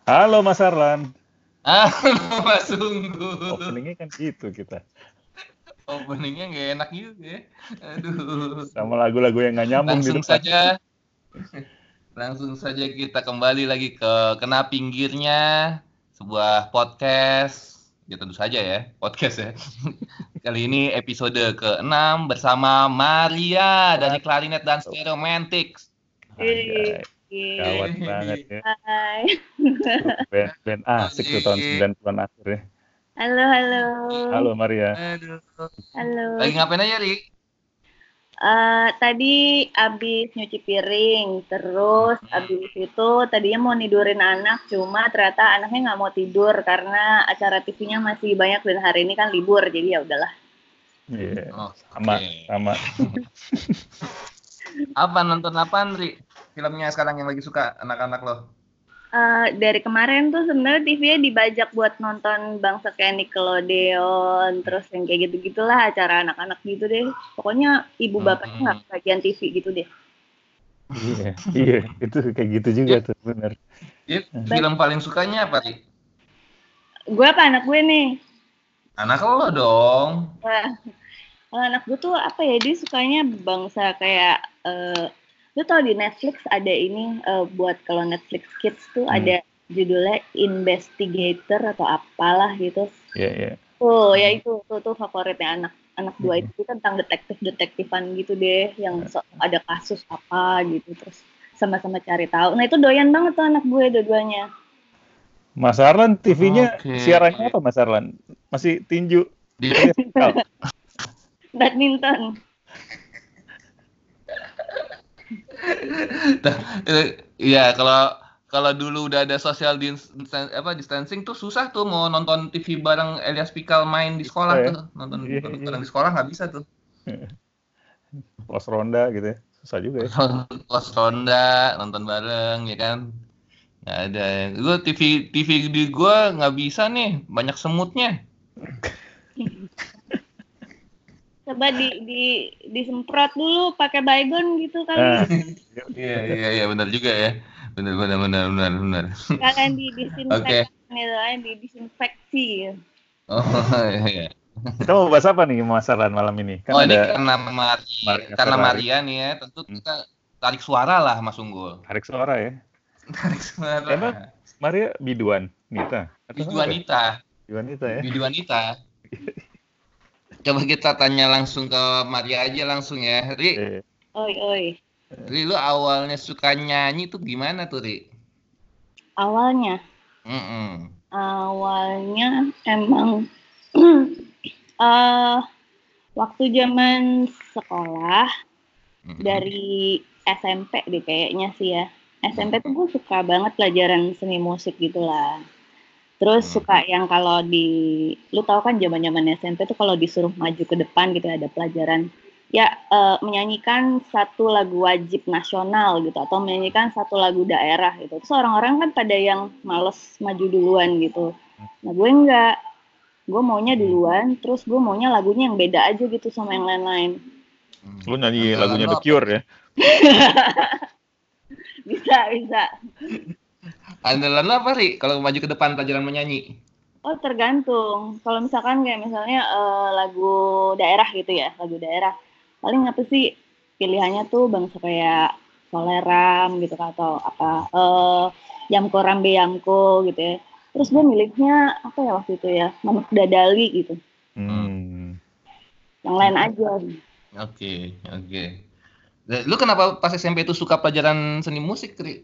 Halo Mas Arlan. Halo Mas Sungguh. Openingnya kan gitu kita. Openingnya nggak enak juga ya. Aduh. Sama lagu-lagu yang nggak nyambung di Langsung depan. saja, langsung saja kita kembali lagi ke Kena Pinggirnya, sebuah podcast. Ya tentu saja ya, podcast ya. Kali ini episode ke-6 bersama Maria dari Clarinet dan Stereomantics. Anjay, gawat banget ya. Hai. Band asik tuh tahun 90-an akhir ya. Halo, halo. Halo Maria. Aduh. Halo. Lagi ngapain aja, Ri? Tadi abis nyuci piring, terus abis itu tadinya mau nidurin anak, cuma ternyata anaknya nggak mau tidur karena acara TV-nya masih banyak dan hari ini kan libur, jadi ya udahlah. Iya, Oke. sama. Apa nonton apaan, Ri? Filmnya sekarang yang lagi suka anak-anak lo? Dari kemarin tuh sebenarnya TV-nya dibajak buat nonton bangsa kayak Nickelodeon, terus yang kayak gitu-gitulah acara anak-anak gitu deh. Pokoknya ibu bapaknya nggak kebagian TV gitu deh. Iya, itu kayak gitu juga tuh, bener. Film paling sukanya apa, Ri? Gue apa anak gue nih? Anak lo dong. Anak gue tuh apa ya, dia sukanya bangsa kayak lu tau di Netflix ada ini buat kalau Netflix Kids tuh ada judulnya Investigator atau apalah gitu. Iya. Oh ya itu tuh favoritnya anak gue itu tentang detektifan gitu deh, yang ada kasus apa gitu, terus sama-sama cari tahu. Nah itu doyan banget tuh anak gue dua-duanya. Mas Arlan TV-nya siarannya apa Mas Arlan? Masih tinju? Badminton. Iya, kalau dulu udah ada social distancing tuh susah tuh mau nonton TV bareng Elias Pikal main di sekolah tuh. Nonton bareng di sekolah nggak bisa tuh. Pos ronda gitu ya. Susah juga ya. Pos ronda, nonton bareng ya kan. Nggak ada. Gue TV di gue nggak bisa nih, banyak semutnya. Coba disemprot dulu pakai baygon gitu kali. Iya benar juga ya. Benar. Kalian didisinfeksi. Oh iya. Kita mau bahas apa nih Mas Arlan malam ini? Kan ini karena Maria nih ya, tentu kita tarik suara lah Mas Unggul. Tarik suara ya. Emang Maria biduan Nita? Biduanita ya. Biduanita. Coba kita tanya langsung ke Maria aja langsung ya, Ri. Oi. Ri, lu awalnya suka nyanyi tuh gimana tuh, Ri? Awalnya? Awalnya emang waktu zaman sekolah dari SMP deh kayaknya sih ya. SMP tuh gue suka banget pelajaran seni musik gitulah. Terus suka yang kalau lu tahu kan zaman-zaman SMP tuh kalau disuruh maju ke depan gitu ada pelajaran ya menyanyikan satu lagu wajib nasional gitu atau menyanyikan satu lagu daerah gitu. Terus orang-orang kan pada yang males maju duluan gitu. Nah gue enggak. Gue maunya duluan, terus gue maunya lagunya yang beda aja gitu sama yang lain-lain. Lu nyanyi lagunya The Cure ya? Bisa. Andalan lo apa, Ri? Kalau maju ke depan pelajaran menyanyi? Oh, tergantung. Kalau misalkan kayak misalnya lagu daerah gitu ya, lagu daerah. Paling apa sih pilihannya tuh bangsa kayak Soleram gitu atau apa Yamko Rambe Yamko gitu ya. Terus gue miliknya apa ya waktu itu ya, Mamak Dadali gitu. Yang lain aja. Oke. Lu kenapa pas SMP itu suka pelajaran seni musik, Ri?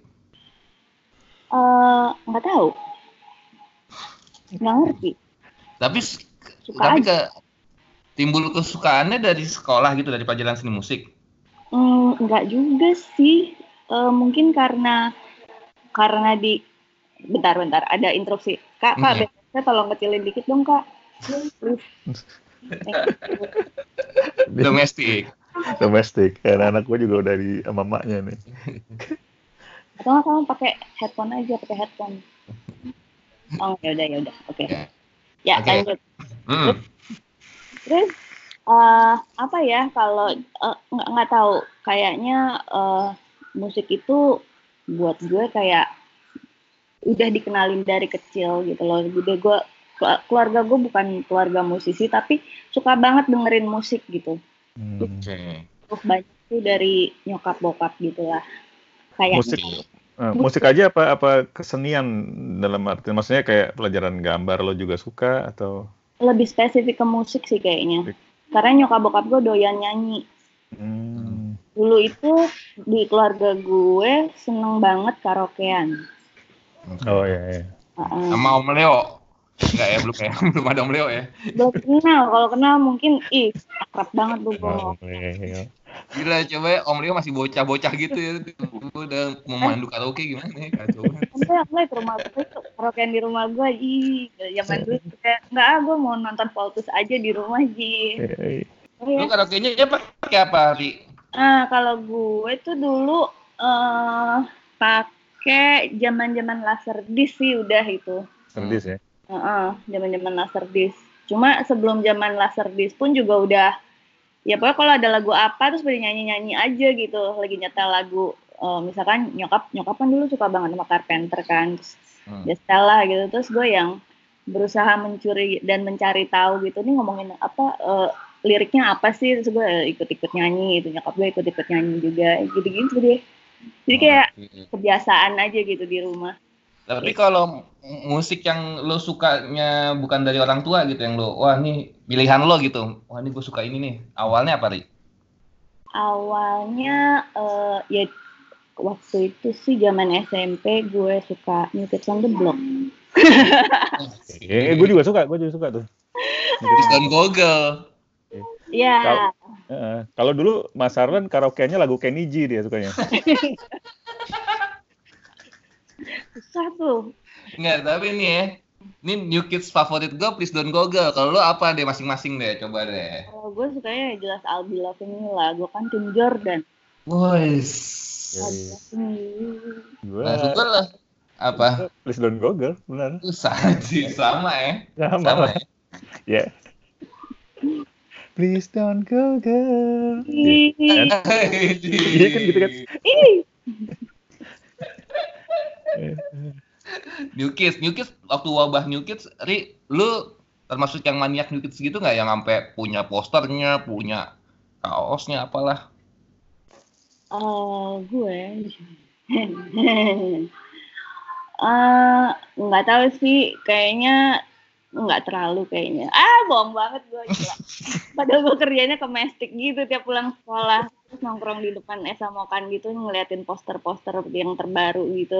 Nggak tahu. Nggak ngerti. Tapi timbul kesukaannya dari sekolah gitu, dari pelajaran seni musik? Nggak juga sih. Mungkin karena bentar ada interupsi. Kak, saya tolong kecilin dikit dong, Kak. Domestik. Karena anak gue juga udah di sama emaknya nih. Atau nggak kamu pakai headphone aja, Oh ya udah, oke. Ya lanjut. Terus apa ya kalau nggak tahu kayaknya musik itu buat gue kayak udah dikenalin dari kecil gitu loh. Jadi keluarga gue bukan keluarga musisi tapi suka banget dengerin musik gitu. Terus banyak tuh dari nyokap bokap gitulah. Kayak musik aja apa kesenian dalam arti maksudnya kayak pelajaran gambar lo juga suka atau lebih spesifik ke musik sih kayaknya. Karena nyokap bokap gue doyan nyanyi. Dulu itu di keluarga gue seneng banget karaokean. Oh iya. Sama Om Leo. Enggak ya, belum ada Om Leo ya. Belum kenal, kalau kenal mungkin akrab banget tuh Om. Gila, coba ya, Om Leo masih bocah-bocah gitu ya. Udah memandu karaoke gimana ya, kacau banget. Sampai ke rumah gue tuh, karaokean di rumah gue, zaman dulu kayak, enggak, gue mau nonton Voltus aja di rumah, Lu karaoke-nya pakai apa, Ri? Kalau gue tuh dulu pakai zaman-zaman Laserdisc sih udah itu. Laserdisc ya? Zaman-zaman Laserdisc. Cuma sebelum zaman Laserdisc pun juga udah, ya pokoknya kalau ada lagu apa terus pada nyanyi-nyanyi aja gitu, lagi nyetel lagu. Misalkan nyokap kan dulu suka banget sama Carpenter kan, terus Stella gitu, terus gue yang berusaha mencuri dan mencari tahu gitu, nih ngomongin apa, liriknya apa sih, terus gue ikut-ikut nyanyi gitu, nyokap gue ikut-ikut nyanyi juga, gitu-gitu deh. Jadi kayak kebiasaan aja gitu di rumah. Tapi kalau musik yang lo sukanya bukan dari orang tua gitu, yang lo, wah nih pilihan lo gitu, wah nih gue suka ini nih, awalnya apa, Ri? Awalnya ya waktu itu sih zaman SMP gue suka New Kids on the Block. Gue juga suka tuh. Please Don't Google. Iya. Kalau dulu Mas Harlan karaoke-nya lagu Kenny G dia sukanya. Susah tuh. Enggak, tapi nih ya, ini New Kids favorit gue Please Don't Google. Kalau lo apa deh masing-masing deh, coba deh. Kalau gue sukanya jelas I'll Be Loving You lah, gue kan tim Jordan. Boys. Nah, suka lah. Apa? Please Don't Google, benar. Sama ya. Sama ya. Ya. Please don't go girl. Iya kan gitu kan. New Kids waktu wabah New Kids, Ri, lu termasuk yang maniak New Kids gitu nggak, yang sampai punya posternya, punya kaosnya, apalah? Gue nggak tahu sih, kayaknya nggak terlalu kayaknya. Bohong banget gue. Padahal gue kerjanya ke Mestik gitu, tiap pulang sekolah terus nongkrong di depan Esa Mokan gitu, ngeliatin poster-poster yang terbaru gitu.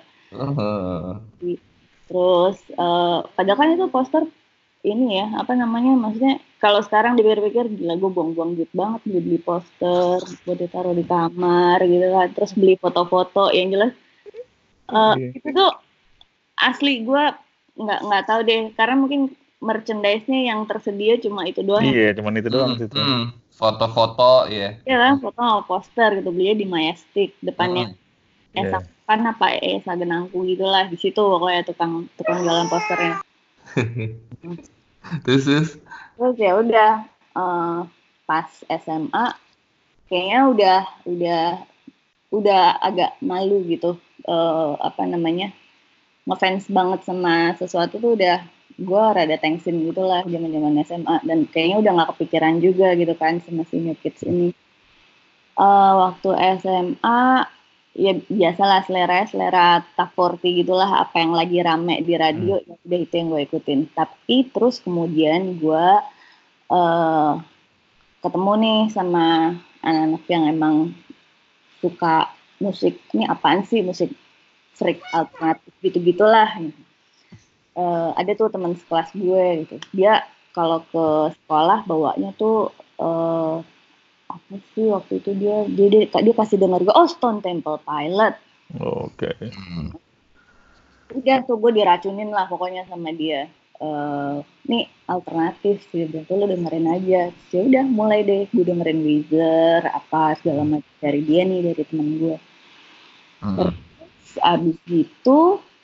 Terus padahal kan itu poster ini ya, apa namanya, maksudnya kalau sekarang dipikir-pikir, gila gue buang-buang duit banget beli poster buat ditaruh di kamar gitu kan, terus beli foto-foto yang jelas itu tuh asli gue nggak tahu deh, karena mungkin merchandise-nya yang tersedia cuma itu doang. Iya, cuma itu doang sih. Foto-foto ya. Iya kan, foto sama poster gitu, belinya di Majestic, depannya Esa kan apa Esa Genangku gitulah, di situ pokoknya tukang jualan posternya. Terus ya udah pas SMA kayaknya udah agak malu gitu, apa namanya, ngefans banget sama sesuatu tuh udah gue rada tensin gitulah zaman SMA, dan kayaknya udah nggak kepikiran juga gitu kan sama si New Kids ini. Waktu SMA ya biasalah selera Top 40 gitulah, apa yang lagi rame di radio ya udah itu yang gue ikutin. Tapi terus kemudian gue ketemu nih sama anak-anak yang emang suka musik, ini apaan sih, musik freak alternatif gitu-gitulah. Ada tuh teman sekelas gue gitu, dia kalau ke sekolah bawanya tuh apa sih waktu itu dia kasih denger gue, Stone Temple Pilot. Oke. Udah tuh gue diracunin lah pokoknya sama dia. Nih alternatif sih, tuh lo dengerin aja. Ya udah mulai deh gue dengerin Weezer apa segala macam dari dia nih, dari temen gue. Terus abis itu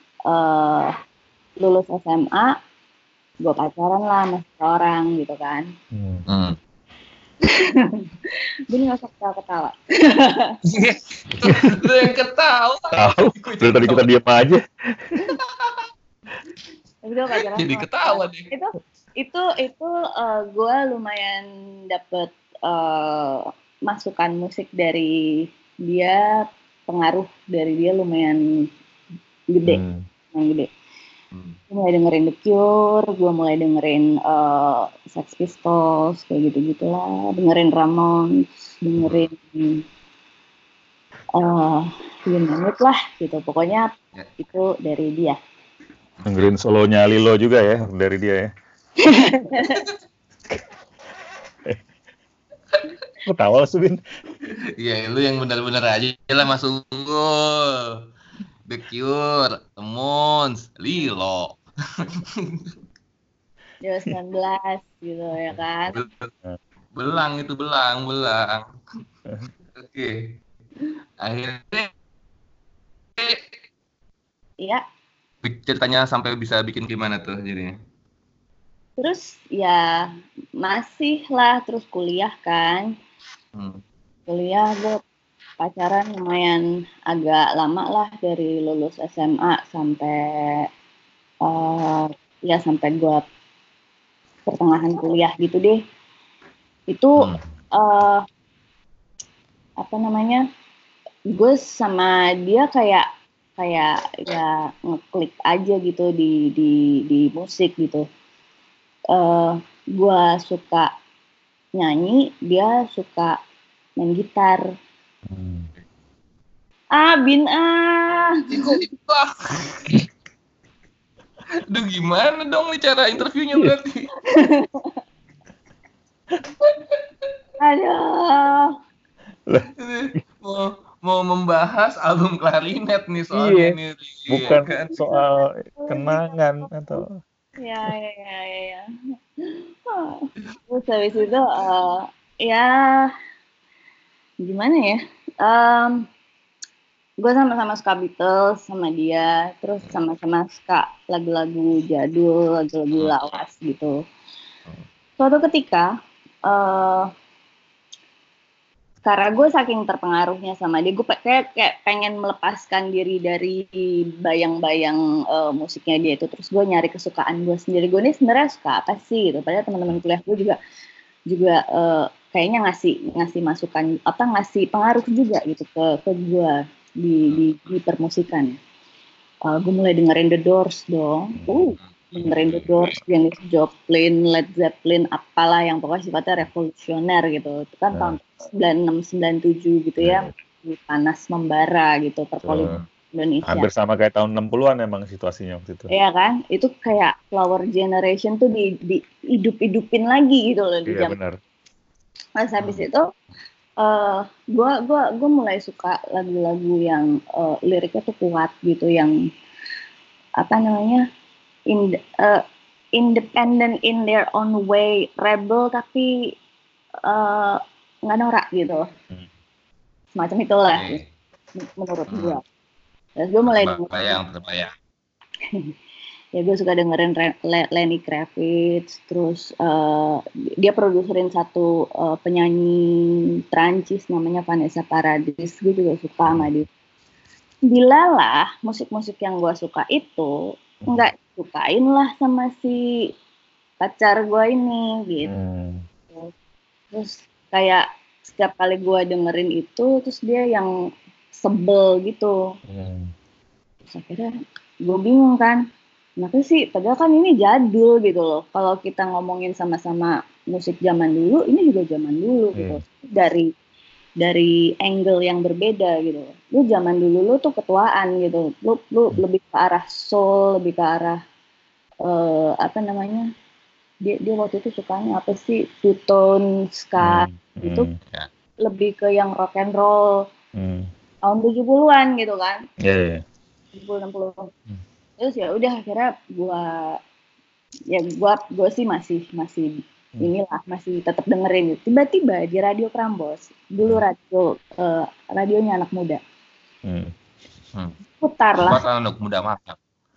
lulus SMA gue pacaran lah sama seorang gitu kan. Gue nggak usah ketawa-ketawa. Lu yang ketawa. Tahu. Dari tadi kita diam aja. Tapi gue pacaran Jadi sama ketawa dia. deh. Itu gue lumayan dapet masukan musik dari dia, pengaruh dari dia lumayan gede, lumayan gede. Gue mulai dengerin The Cure, gue mulai dengerin Sex Pistols, kayak gitu-gitulah, dengerin Ramones, dengerin You name it lah gitu. Pokoknya itu dari dia. Dengerin solonya Lilo juga ya dari dia ya. Ketawa Subin. Iya, lu yang benar-benar aja lah Mas Unggul. The Cure, Ramones, Lilo. 19 gitu ya kan. Belang. Oke. Akhirnya Iya. ceritanya sampai bisa bikin gimana tuh jadinya? Terus ya masih lah, terus kuliah kan. Kuliah gue pacaran lumayan agak lama lah, dari lulus SMA sampai sampai gue pertengahan kuliah gitu deh. Itu gue sama dia kayak ya ngeklik aja gitu di musik gitu. Gue suka nyanyi, dia suka main gitar. Duh, gimana dong nih cara interviewnya berarti? Aduh. Mau membahas album klarinet nih soalnya nih. Bukan kan? Soal kenangan atau Ya. Terus habis itu ya gimana ya? Gue sama-sama suka Beatles sama dia, terus sama-sama suka lagu-lagu jadul, lagu-lagu lawas gitu. Suatu ketika, karena gue saking terpengaruhnya sama dia, gue kayak pengen melepaskan diri dari bayang-bayang musiknya dia itu, terus gue nyari kesukaan gue sendiri. Gue ini sebenarnya suka apa sih gitu. Padahal teman-teman kuliah gue juga kayaknya ngasih masukan, ngasih pengaruh juga gitu ke gue di permusikan. Gue mulai dengerin The Doors dong. Dengerin The Doors, Janis Joplin, Led Zeppelin, apalah yang pokoknya sifatnya revolusioner gitu. Itu kan tahun 96-97 gitu ya. Panas membara gitu perpolitikan Indonesia. Hampir sama kayak tahun 60-an emang situasinya waktu itu. Iya kan? Itu kayak Flower Generation tuh di hidup-hidupin lagi gitu loh di Iya jam. benar. Mas habis itu gue mulai suka lagu-lagu yang liriknya tuh kuat gitu, yang independent in their own way, rebel tapi nggak norak gitu, semacam itulah menurut gue. Terus gue mulai terbayang. Ya gue suka dengerin Lenny Kravitz, terus dia produserin satu penyanyi Prancis namanya Vanessa Paradis, gue juga suka sama dia. Bilalah musik-musik yang gue suka itu nggak sukain lah sama si pacar gue ini gitu. Terus kayak setiap kali gue dengerin itu, terus dia yang sebel gitu. Terus akhirnya gue bingung kan, kenapa sih? Padahal kan ini jadul gitu loh. Kalau kita ngomongin sama-sama musik zaman dulu, ini juga zaman dulu gitu. Dari angle yang berbeda gitu. Lu zaman dulu lu tuh ketuaan gitu. Lu lebih ke arah soul, lebih ke arah Dia waktu itu sukanya apa sih? Two-tone, ska gitu. Lebih ke yang rock and roll. Tahun 70-an gitu kan. Iya. 70-60. Terus ya udah akhirnya gue sih masih masih tetap dengerin. Tiba-tiba di Radio Prambors, dulu radionya anak muda, putarlah. Anak muda mantap.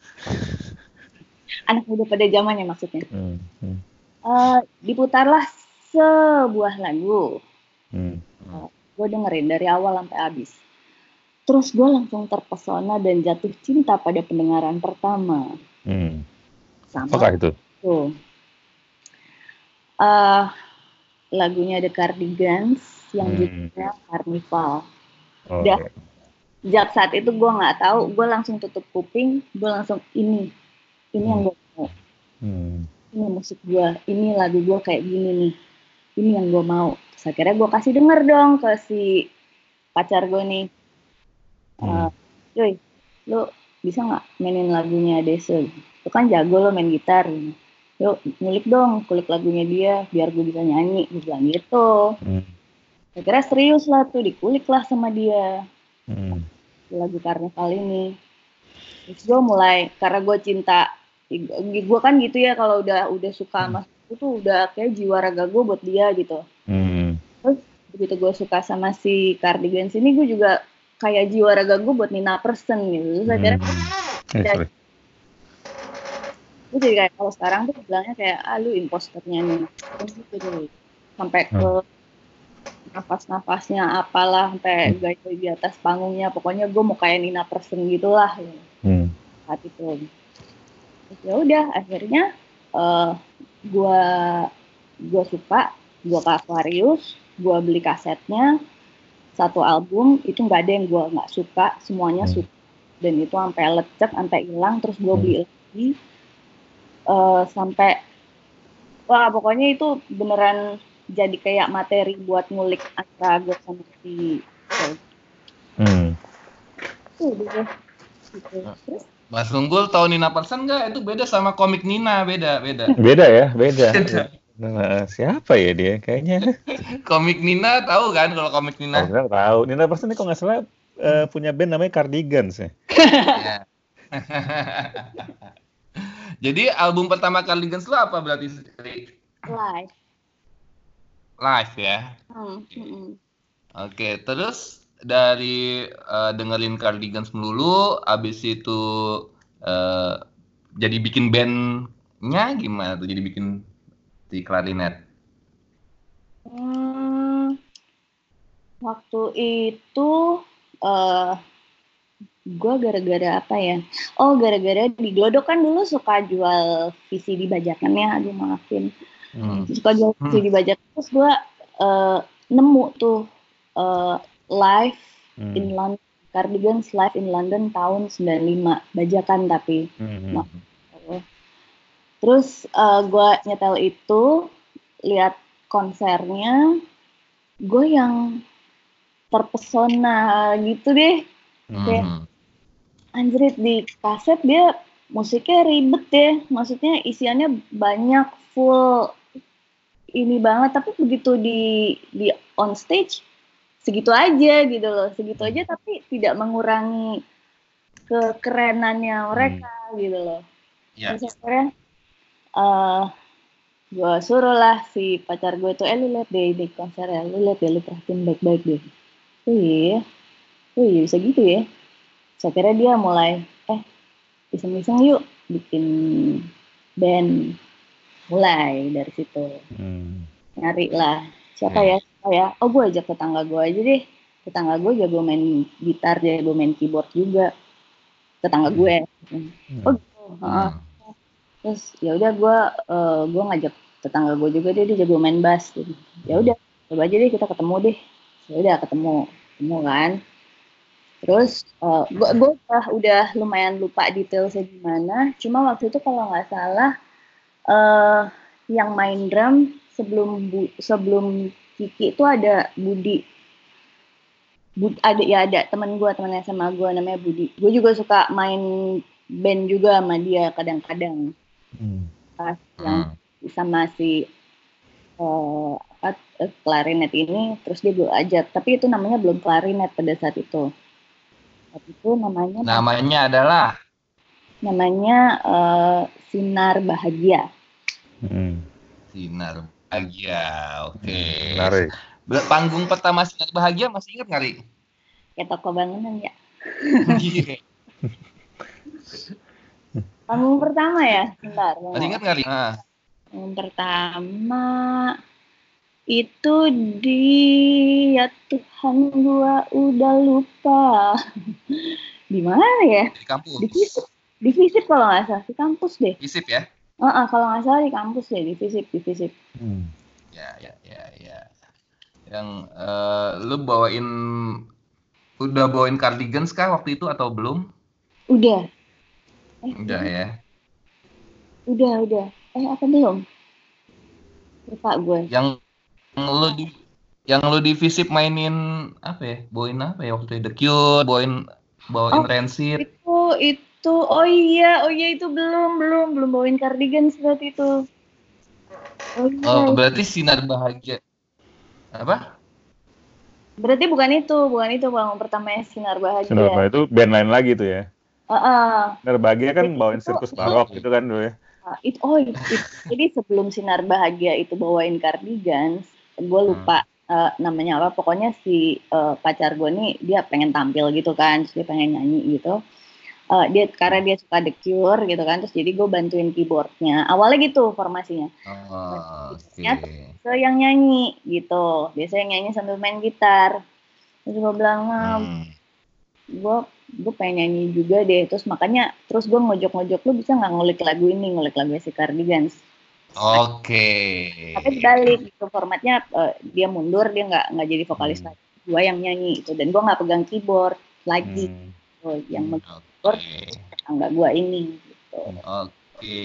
Anak muda pada zamannya maksudnya. Diputarlah sebuah lagu Gue dengerin dari awal sampai habis. Terus gue langsung terpesona dan jatuh cinta pada pendengaran pertama. Sama Apakah itu? tuh. Lagunya The Cardigans yang judulnya Carnival. Udah. Sejak saat itu gue nggak tahu, gue langsung tutup kuping, gue langsung ini yang gue mau. Ini musik gue, ini lagu gue kayak gini nih, ini yang gue mau. Terus akhirnya gue kasih denger dong ke si pacar gue nih. Joy, lo bisa nggak mainin lagunya Dese? Lo kan jago lo main gitar. Yuk ngulik dong, kulik lagunya dia biar gue bisa nyanyi. Gue bilang gitu. Akhirnya serius lah tuh, dikulik lah sama dia. Lagu Karnival ini. Terus gue mulai, karena gue cinta, gue kan gitu ya kalau udah suka sama itu tuh udah kayak jiwa raga gue buat dia gitu. Terus begitu gue suka sama si Cardigans ini, gue juga kayak jiwa raga gue buat Nina Persson gitu. Terus akhirnya gue jadi kayak kalau sekarang tuh bilangnya kayak lu imposternya Nina Persson gitu. Sampai ke nafas-nafasnya apalah, sampai gaya di atas panggungnya, pokoknya gue mau kayak Nina Persson gitulah saat itu. Ya udah akhirnya gue suka, gue ke Aquarius, gue beli kasetnya, satu album itu nggak ada yang gue nggak suka, semuanya suka, dan itu sampai lecek, sampai hilang, terus gue beli lagi sampai wah pokoknya itu beneran jadi kayak materi buat ngulik antara gue sama si gitu. Terus Mas Unggul tahu Nina Persson nggak? Itu beda sama komik Nina, beda. Beda ya, beda. Nah, siapa ya dia? Kayaknya. Komik Nina tahu kan kalau komik Nina? Oh, tahu. Nina Persson ini kok nggak salah punya band namanya Cardigans ya. Jadi album pertama Cardigans lo apa berarti? Live ya. Oke, terus dari dengerin Cardigans melulu, abis itu jadi bikin bandnya gimana tuh? Jadi bikin di klarinet? Waktu itu gue gara-gara apa ya? Oh, gara-gara di Glodok kan dulu suka jual VCD bajakan ya, aduh maafin. Suka jual VCD bajakan, terus gue nemu tuh live in London, Cardigans live in London tahun 95, bajakan tapi. Terus gue nyetel itu, lihat konsernya, gue yang terpesona gitu deh. Kayak anjrit, di kaset dia musiknya ribet deh, maksudnya isiannya banyak, full ini banget, tapi begitu di on stage segitu aja gitu loh, segitu aja tapi tidak mengurangi kekerenannya mereka gitu loh. Terus akhirnya gue suruh lah si pacar gue itu, lu lihat deh di konser ya, lu lihat deh, lu perhatiin baik-baik deh. Oh iya bisa gitu ya. So akhirnya dia mulai iseng-iseng yuk bikin band, mulai dari situ. Nyari lah siapa ya, oh gue ajak tetangga gue aja deh, tetangga gue jago main gitar, jago main keyboard juga, tetangga gue. Terus ya udah gue ngajak tetangga gue juga, dia jago main bass gitu. Ya udah coba aja deh, kita ketemu deh. Ya udah ketemu kan. Terus gue udah lumayan lupa detailnya gimana. Cuma waktu itu kalau nggak salah yang main drum sebelum Kiki itu ada Budi. Ada teman SMA gue namanya Budi. Gue juga suka main band juga sama dia kadang-kadang. Pas yang sama si klarinet ini, terus dia gue ajak. Tapi itu namanya belum klarinet pada saat itu. Itu namanya adalah Sinar Bahagia. Sinar Bahagia, oke. Menarik. Panggung pertama Sinar Bahagia masih ingat nggak, Ri? Kayak toko bangunan ya. Panggung pertama ya, Sinar. Masih ingat nggak, Ri? Panggung pertama Itu ya Tuhan gua udah lupa. Di mana ya? Di kampus. Di FISIP kalau nggak salah, di kampus deh. FISIP ya? Kalau nggak salah di kampus deh, di FISIP. Ya. Yang lu udah bawain Cardigans kah waktu itu atau belum? Udah. Udah ya. Udah. Apa belum? Lupa gue. Yang lu di FISIP mainin apa ya? Bawain apa ya waktu itu? The Cure, bawain Rancid. Itu oh iya itu belum bawain Cardigans berarti itu. Berarti Sinar Bahagia. Apa? Berarti bukan itu panggung pertamanya Sinar Bahagia. Sinar Bahagia itu band lain lagi tuh ya. Sinar Bahagia kan bawain Sirkus Barok gitu kan dulu ya. Itu. Jadi sebelum Sinar Bahagia itu bawain Cardigans, gue lupa namanya apa. Pokoknya si pacar gue nih dia pengen tampil gitu kan, dia pengen nyanyi gitu. Karena dia suka The Cure gitu kan, terus jadi gue bantuin keyboardnya. Awalnya gitu formasinya. Okay. So yang nyanyi gitu, biasanya yang nyanyi sambil main gitar. Terus gue bilang, gue pengen nyanyi juga deh. Terus makanya terus gue ngojok-ngojok, lu bisa nggak ngulik lagu si Cardigans. Oke. Tapi dibalik gitu formatnya, dia mundur, dia nggak jadi vokalis lagi. Gue yang nyanyi itu, dan gue nggak pegang keyboard lagi. Yang keyboard enggak gue ini gitu. Oke.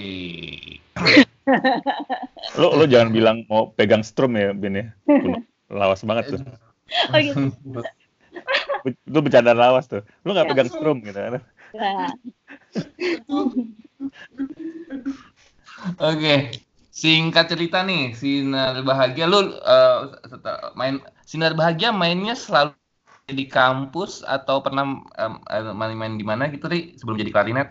Lo jangan bilang mau pegang strum ya, Ben ya. Lawas banget tuh. Oh gitu. Itu bercanda lawas tuh. Lo nggak pegang strum gitu kan. Oke. Singkat cerita nih, Sinar Bahagia lu main Sinar Bahagia mainnya selalu di kampus atau pernah main di mana gitu Ri sebelum jadi klarinet?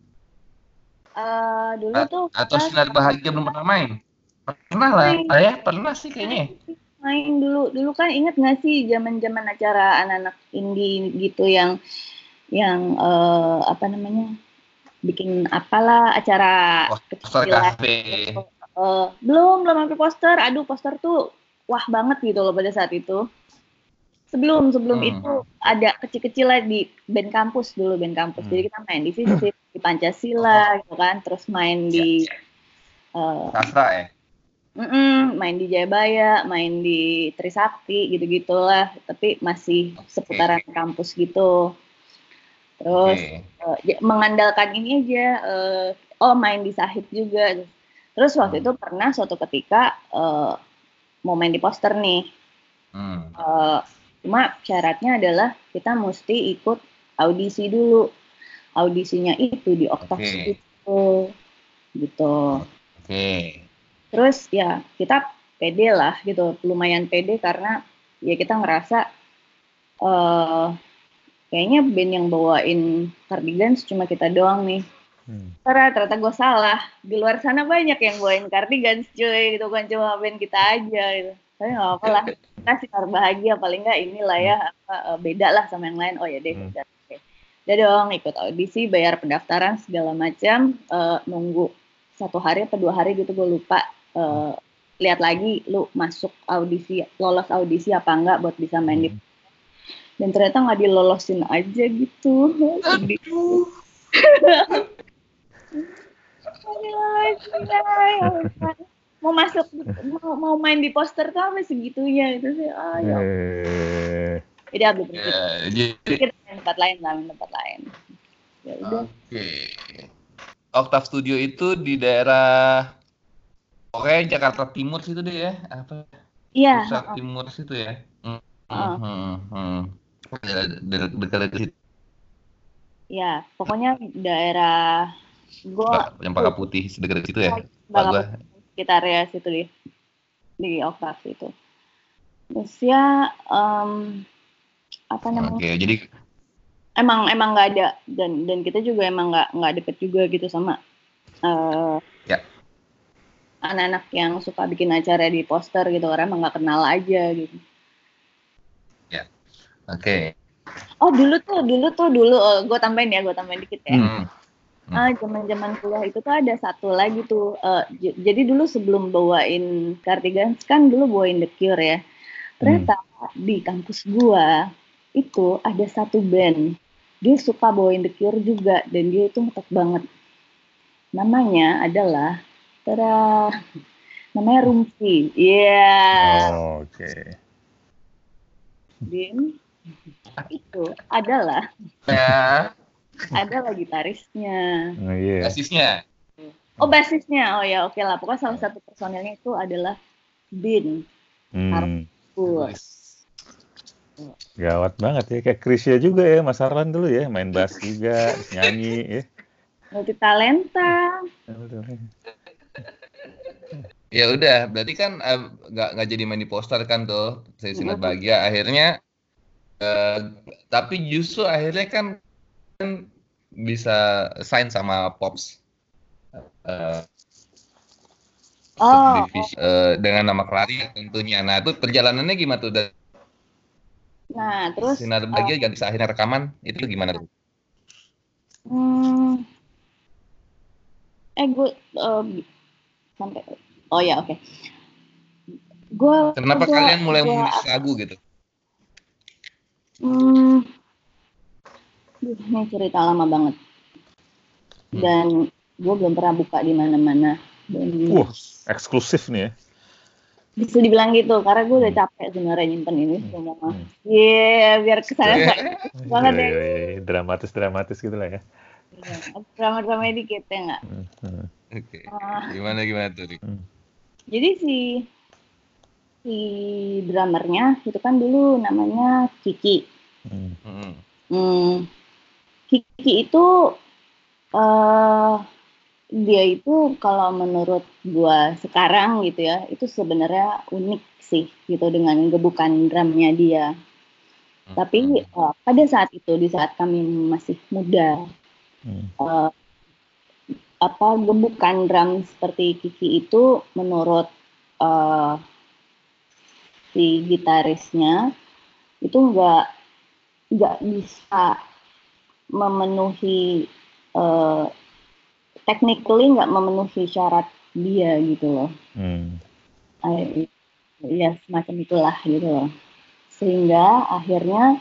Dulu tuh atau Sinar Bahagia belum pernah main? Pernah lah, pernah sih kayaknya. Main dulu kan, inget nggak sih zaman acara anak-anak indie gitu yang apa namanya, bikin apalah acara kecilan. Belum sampai poster. Aduh, poster tuh wah banget gitu loh pada saat itu. Sebelum itu ada kecil-kecilan di band kampus. Jadi kita main di FISIP, di Pancasila gitu kan, terus main di Sastra ya. Main di Jayabaya, main di Trisakti gitu-gitulah, tapi masih seputaran kampus gitu. Terus mengandalkan ini aja, main di Sahid juga. Terus waktu itu pernah suatu ketika mau main di poster nih. Cuma syaratnya adalah kita mesti ikut audisi dulu. Audisinya itu di Oktav Studio gitu. Terus ya kita pede lah gitu, lumayan pede karena ya kita ngerasa kayaknya band yang bawain Cardigans cuma kita doang nih. Ternyata gue salah. Di luar sana banyak yang bawain Cardigans cuy, gitu kan, cuma band kita aja gitu. Tapi nggak apa-apa lah, kita Sinar Bahagia paling nggak inilah ya, beda lah sama yang lain. Oh ya deh, udah dong ikut audisi, bayar pendaftaran segala macam, nunggu 1 hari atau 2 hari gitu gue lupa. Lihat lagi lu masuk audisi, lolos audisi apa enggak buat bisa main di, dan ternyata nggak dilolosin aja gitu. mau main di poster tuh apa segitunya itu sih. Jadi habis berpikir tempat lain. Ya udah. Oktav Studio itu di daerah Jakarta Timur situ deh ya, apa? Iya. Pusat Timur situ ya. Dekat situ. Ya, pokoknya daerah yang Pakai Putih dekat situ ya. Sekitar ya situ deh, di Oktav itu. Terus ya apa namanya? Jadi emang nggak ada, dan kita juga emang nggak deket juga gitu sama anak-anak yang suka bikin acara di poster gitu, karena emang nggak kenal aja gitu. Ya. Oh dulu gue tambahin dikit ya. Zaman-zaman kuliah itu tuh ada satu lagi tuh. Jadi dulu sebelum bawain Cardigans kan dulu bawain The Cure ya. Ternyata di kampus gua itu ada satu band. Dia suka bawain The Cure juga dan dia itu ngetop banget. Namanya adalah namanya Rumpi. Iya. Oh, oke. Din itu adalah Ya, adalah gitarisnya. Oh, iya. basisnya. Oh, basisnya. Oh ya, oke lah. Pokoknya salah satu personilnya itu adalah Bin. Harpur. Gawat banget ya, kayak Krisya juga ya, Mas Arlan dulu ya, main bass juga, nyanyi ya. Multi talenta. Ya udah, berarti kan nggak jadi main di poster kan tuh, saya Sinar Bahagia. Akhirnya, tapi justru akhirnya kan bisa sign sama Pops. Dengan nama Claria tentunya. Nah itu perjalanannya gimana tuh? Nah terus Sinar Bahagia yang bisa akhirnya rekaman itu gimana tuh? Gue sampai oh ya oke. Kenapa kalian mulai menulis lagu gitu? Ini cerita lama banget dan gue belum pernah buka di mana-mana. Eksklusif nih ya. Bisa dibilang gitu karena gue udah capek sebenarnya nyimpen ini semua. Biar kesana banget ya. Dramatis gitu lah ya. Drama dikit ya nggak? Oke. Gimana tuh? Jadi si drummernya itu kan dulu namanya Kiki. Kiki itu dia itu kalau menurut gua sekarang gitu ya itu sebenarnya unik sih gitu dengan gebukan drumnya dia. Tapi pada saat itu di saat kami masih muda gebukan drum seperti Kiki itu menurut si gitarisnya itu nggak bisa memenuhi technically nggak memenuhi syarat dia gitu loh. Ya semacam itulah gitu loh. Sehingga akhirnya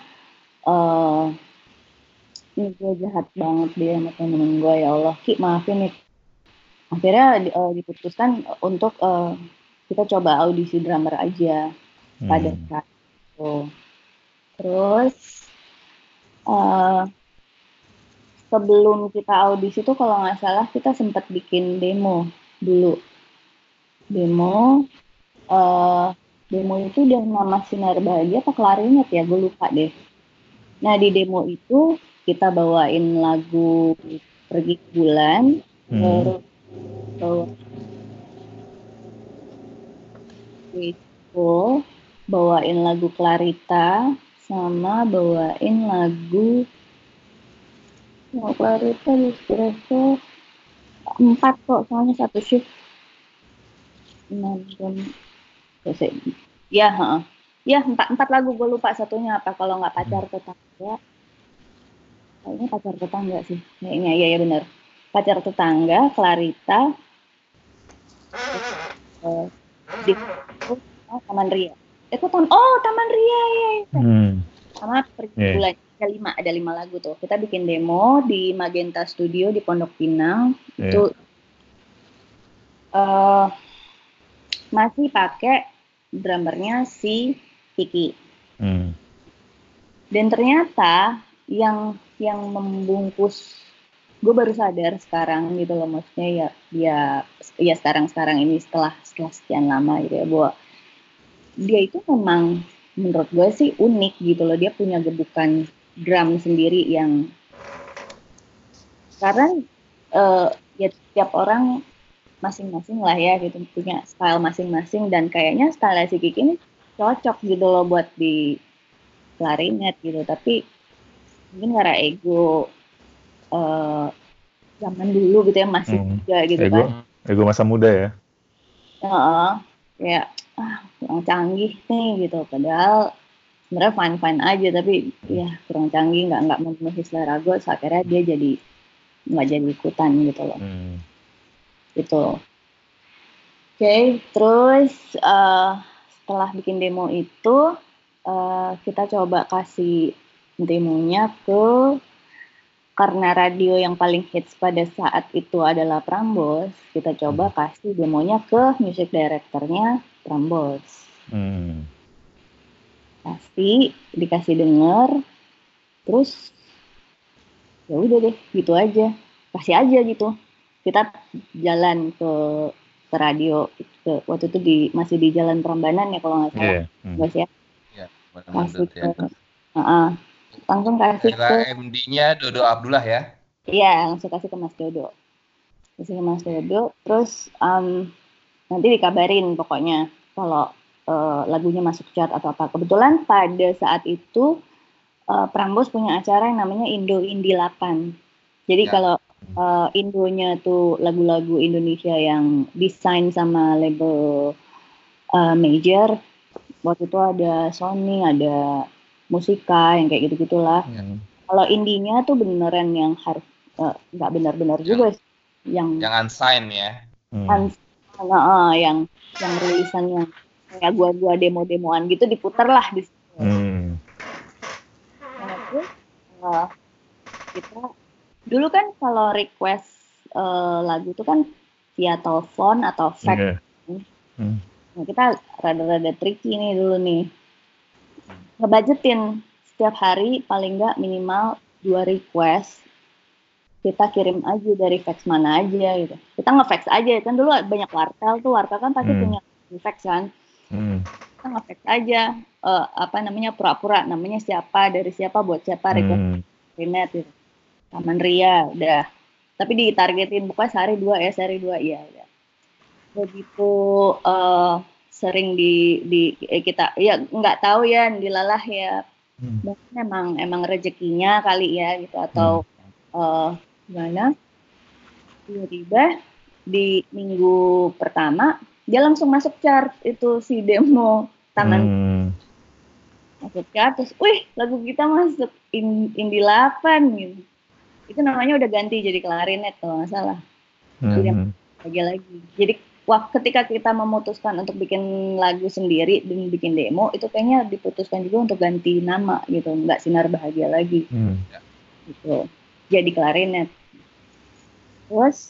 ini gue jahat banget dia sama temen gue, ya Allah Ki maafin nih. Akhirnya diputuskan untuk kita coba audisi drummer aja pada saat itu. Terus sebelum kita audisi tuh kalau nggak salah kita sempat bikin demo dulu. Demo itu udah nama Sinar Bahagia apa Klarinet ya, gue lupa deh. Nah di demo itu kita bawain lagu Pergi ke Bulan, terus bawain lagu Clarita, sama bawain lagu Clarita di Espresso 4 kok, soalnya satu shift 6 jam. Ya 4 lagu, gue lupa satunya apa, kalau nggak Pacar Tetangga. Kayaknya Pacar Tetangga sih. Kayaknya ya benar. Pacar Tetangga, Clarita, Taman Ria. Taman Ria ya. Sama Pergi Bulan. Ada 5 lagu tuh. Kita bikin demo di Magenta Studio di Pondok Pinang. Itu masih pakai drummernya si Kiki. Dan ternyata yang membungkus, gue baru sadar sekarang gitu loh, maksudnya ya sekarang ini setelah sekian lama gitu ya, bahwa dia itu memang menurut gue sih unik gitu loh. Dia punya gebukan drum sendiri yang karena ya tiap orang masing-masing lah ya gitu, punya style masing-masing, dan kayaknya style si Kiki ini cocok gitu loh buat di klarinet gitu. Tapi mungkin karena ego zaman dulu gitu ya, masih muda gitu kan. Ego masa muda ya. Kayak kurang canggih nih gitu. Padahal sebenarnya fine aja, tapi ya kurang canggih, nggak memenuhi selera gue. Akhirnya dia jadi nggak jadi ikutan gitu loh. Gitu. Oke, terus setelah bikin demo itu kita coba kasih demonya karena radio yang paling hits pada saat itu adalah Prambors, kita coba kasih demonya ke music directornya Prambors. Dikasih denger, terus ya udah deh, gitu aja, kasih aja gitu. Kita jalan ke radio, waktu itu masih di Jalan Prambanan ya kalau nggak salah, guys ya. Kasih ke, langsung kasih ke MD-nya Dodo Abdullah ya? Iya, langsung kasih ke Mas Dodo. Terus nanti dikabarin pokoknya kalau lagunya masuk chart atau apa. Kebetulan pada saat itu Prambors punya acara yang namanya Indo Indie 8. Jadi kalau Indonya tuh lagu-lagu Indonesia yang desain sama label major. Waktu itu ada Sony, ada Musika, yang kayak gitu-gitulah. Kalau indinya tuh beneran yang harus nggak benar-benar juga sih. Yang unsigned ya. Yang rilisan yang kayak gua demo-demoan gitu diputar lah di situ. Nah, terus kita dulu kan kalau request lagu itu kan via telepon atau fax. Nah, kita rada-rada tricky nih dulu nih. Ngebudgetin setiap hari paling nggak minimal 2 request. Kita kirim aja dari fax mana aja gitu. Kita nge-fax aja kan dulu banyak wartel tuh, wartel kan pasti punya fax kan. Kita nge-fax aja pura-pura namanya siapa, dari siapa, buat siapa, request net gitu. Taman Ria udah. Tapi ditargetin bukan sehari 2 ya. Begitu sering di kita ya nggak tahu ya dilalah ya. Mungkin emang rezekinya kali ya gitu atau gimana, tiba-tiba di minggu pertama dia langsung masuk chart itu si demo Taman masuk chart, terus lagu kita masuk Indie 8 gitu. Itu namanya udah ganti jadi Klarinet kalau nggak salah. Lagi. Jadi ketika kita memutuskan untuk bikin lagu sendiri dan bikin demo, itu kayaknya diputuskan juga untuk ganti nama gitu, nggak Sinar Bahagia lagi. Gitu. Jadi Klarinet. Terus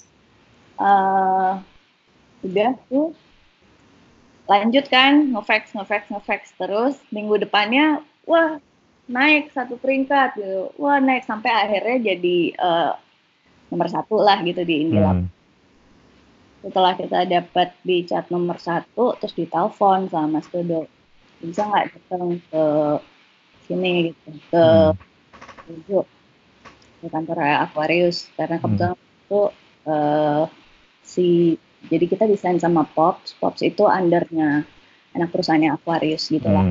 udah tuh lanjut kan nge-fax terus minggu depannya naik 1 peringkat gitu. Naik sampai akhirnya jadi nomor 1 lah gitu di Indie 8. Setelah kita dapat di chart nomor 1, terus ditelepon sama Mas Dodo, bisa nggak datang ke sini gitu, ke kantor Aquarius, karena kebetulan itu jadi kita desain sama Pops itu undernya anak perusahaannya Aquarius gitu lah.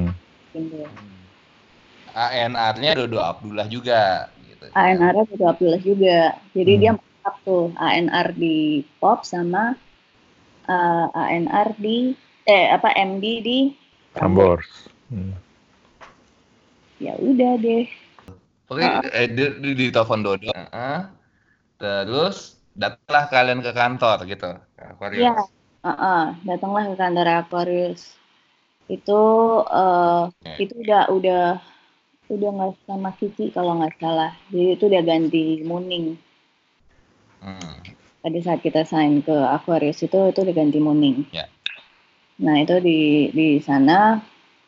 ANR-nya Dodo Abdullah juga. Gitu. ANR-nya Dodo Abdullah juga, jadi dia mantap tuh ANR di Pop sama ANR di MD di Prambors. Ya udah deh. Oke, di telepon Dodo. Terus datanglah kalian ke kantor gitu, Aquarius. Iya. Datanglah ke kantor Aquarius. Itu udah nggak sama Kiki kalau nggak salah. Jadi itu udah ganti Muning. Pada saat kita sign ke Aquarius itu udah ganti Muning. Yeah. Nah itu di sana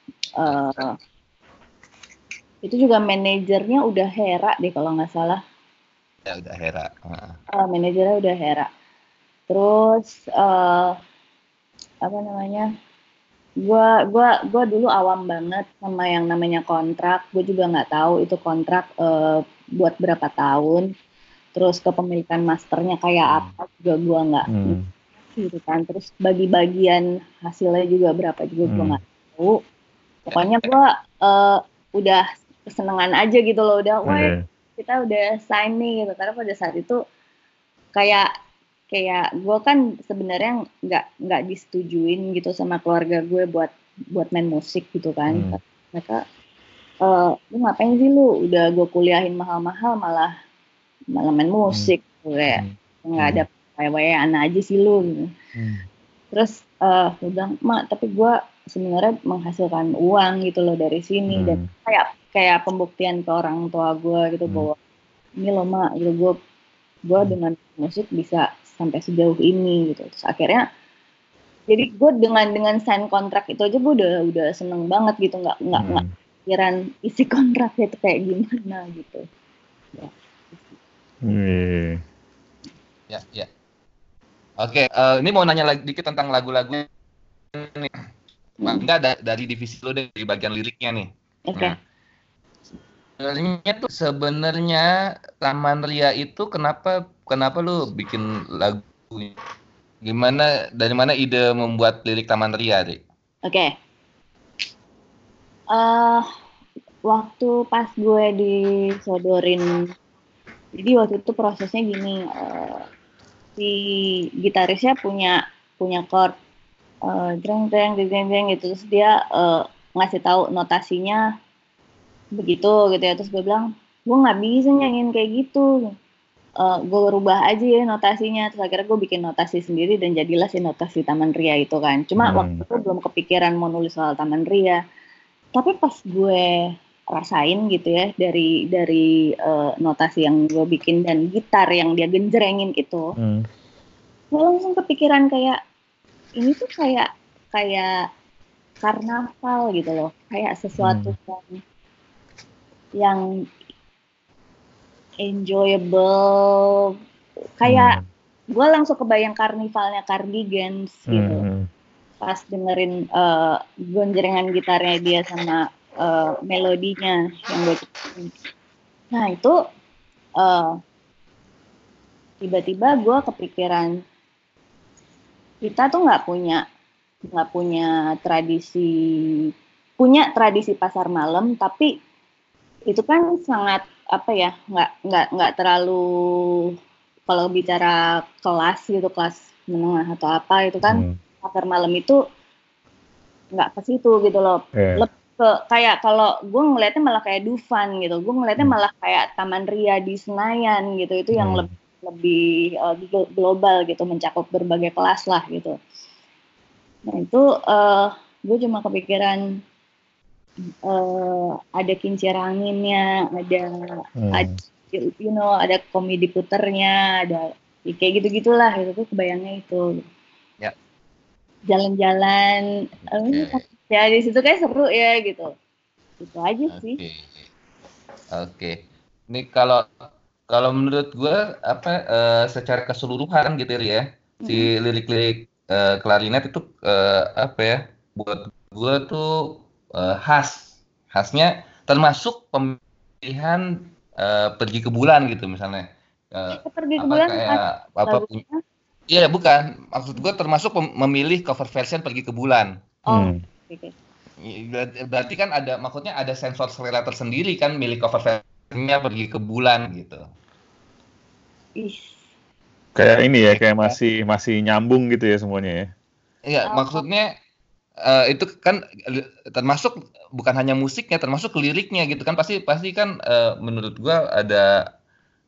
itu juga manajernya udah Hera deh kalau nggak salah. Ya udah Hera. Manajernya udah Hera. Terus apa namanya? Gua dulu awam banget sama yang namanya kontrak. Gue juga nggak tahu itu kontrak buat berapa tahun. Terus kepemilikan masternya kayak apa juga gue nggak gitu kan. Terus bagi-bagian hasilnya juga berapa juga gue nggak tahu. Pokoknya gue udah kesenangan aja gitu loh, udah kita udah sign nih gitu. Karena pada saat itu kayak gue kan sebenarnya nggak disetujuin gitu sama keluarga gue buat main musik gitu kan. Mereka lu ngapain sih lu udah gue kuliahin mahal-mahal malah main musik. kayak nggak ada kayak aja sih lu gitu. Terus gue bilang, "Mak, tapi gue sebenarnya menghasilkan uang gitu loh dari sini." Dan kayak pembuktian ke orang tua gue gitu bahwa ini loh mak, gitu gue dengan musik bisa sampai sejauh ini gitu. Terus akhirnya jadi gue dengan sign kontrak itu aja gue udah seneng banget gitu, nggak pikiran isi kontraknya itu kayak gimana gitu. Ya. Oke, ini mau nanya lagi dikit tentang lagu-lagu nih. Enggak dari divisi lo deh, dari bagian liriknya nih. Oke. Sebenarnya Taman Ria itu kenapa lu bikin lagu ini? Dari mana ide membuat lirik Taman Ria, Rik? Oke. Waktu pas gue disodorin, jadi waktu itu prosesnya gini, si gitarisnya punya chord jreng gitu, terus dia ngasih tahu notasinya begitu gitu ya, terus gue bilang gue nggak bisa nyanyiin kayak gitu, gue rubah aja ya notasinya, terus akhirnya gue bikin notasi sendiri dan jadilah si notasi Taman Ria itu kan. Cuma waktu itu belum kepikiran mau nulis soal Taman Ria, tapi pas gue rasain gitu ya dari notasi yang gue bikin dan gitar yang dia genjrengin itu, gue langsung kepikiran kayak ini tuh kayak karnaval gitu loh, kayak sesuatu yang enjoyable, kayak gue langsung kebayang karnivalnya Cardigans gitu. Pas dengerin gonjrengan gitarnya dia sama melodinya yang gue ciptain. Nah itu tiba-tiba gue kepikiran kita tuh nggak punya tradisi pasar malam, tapi itu kan sangat nggak terlalu, kalau bicara kelas gitu, kelas menengah atau apa itu kan pasar malam itu nggak ke situ gitu loh. Lebih ke kayak, kalau gue ngelihatnya malah kayak Dufan gitu, gue ngelihatnya malah kayak Taman Ria di Senayan gitu, itu yang lebih global gitu, mencakup berbagai kelas lah gitu. Nah itu gue cuma kepikiran ada kincir anginnya, ada komedi puternya, ada kayak gitu-gitulah gitu, tuh kebayangnya itu. Ya. Jalan-jalan, ya di situ kayak seru ya gitu. Itu aja sih. Oke. Ini kalau menurut gue secara keseluruhan gitu ya, si lirik-lirik klarinet itu buat gue tuh khasnya termasuk pemilihan pergi ke bulan gitu misalnya. Pergi ke bulan kayak apa? Iya bukan, maksud gue termasuk memilih cover version Pergi ke Bulan. Okay. Berarti kan maksudnya ada sensor selera tersendiri kan, milih cover versionnya Pergi ke Bulan gitu. Kayak ini ya, kayak masih nyambung gitu ya semuanya ya. Iya, maksudnya itu kan termasuk bukan hanya musiknya, termasuk liriknya gitu kan, pasti kan menurut gua ada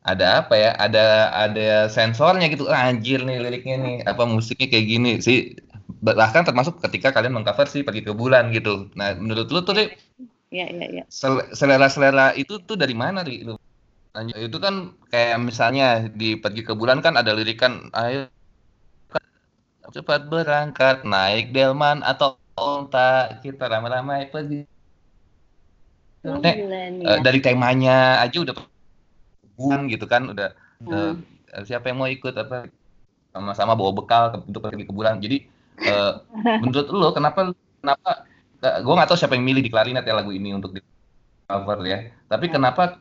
sensornya gitu. Anjir nih liriknya nih, musiknya kayak gini sih, bahkan termasuk ketika kalian mengcover sih Pergi ke Bulan gitu. Nah menurut lu tuh selera itu tuh dari mana lu? Itu kan kayak misalnya di Pergi ke Bulan kan ada lirikan, ayo cepat berangkat naik delman atau onta, kita ramai-ramai pergi. Dari temanya aja udah bulan gitu kan, udah siapa yang mau ikut sama-sama bawa bekal untuk pergi ke bulan. Jadi menurut lo kenapa gue nggak tahu siapa yang milih di klarinet ya lagu ini untuk di cover ya, tapi kenapa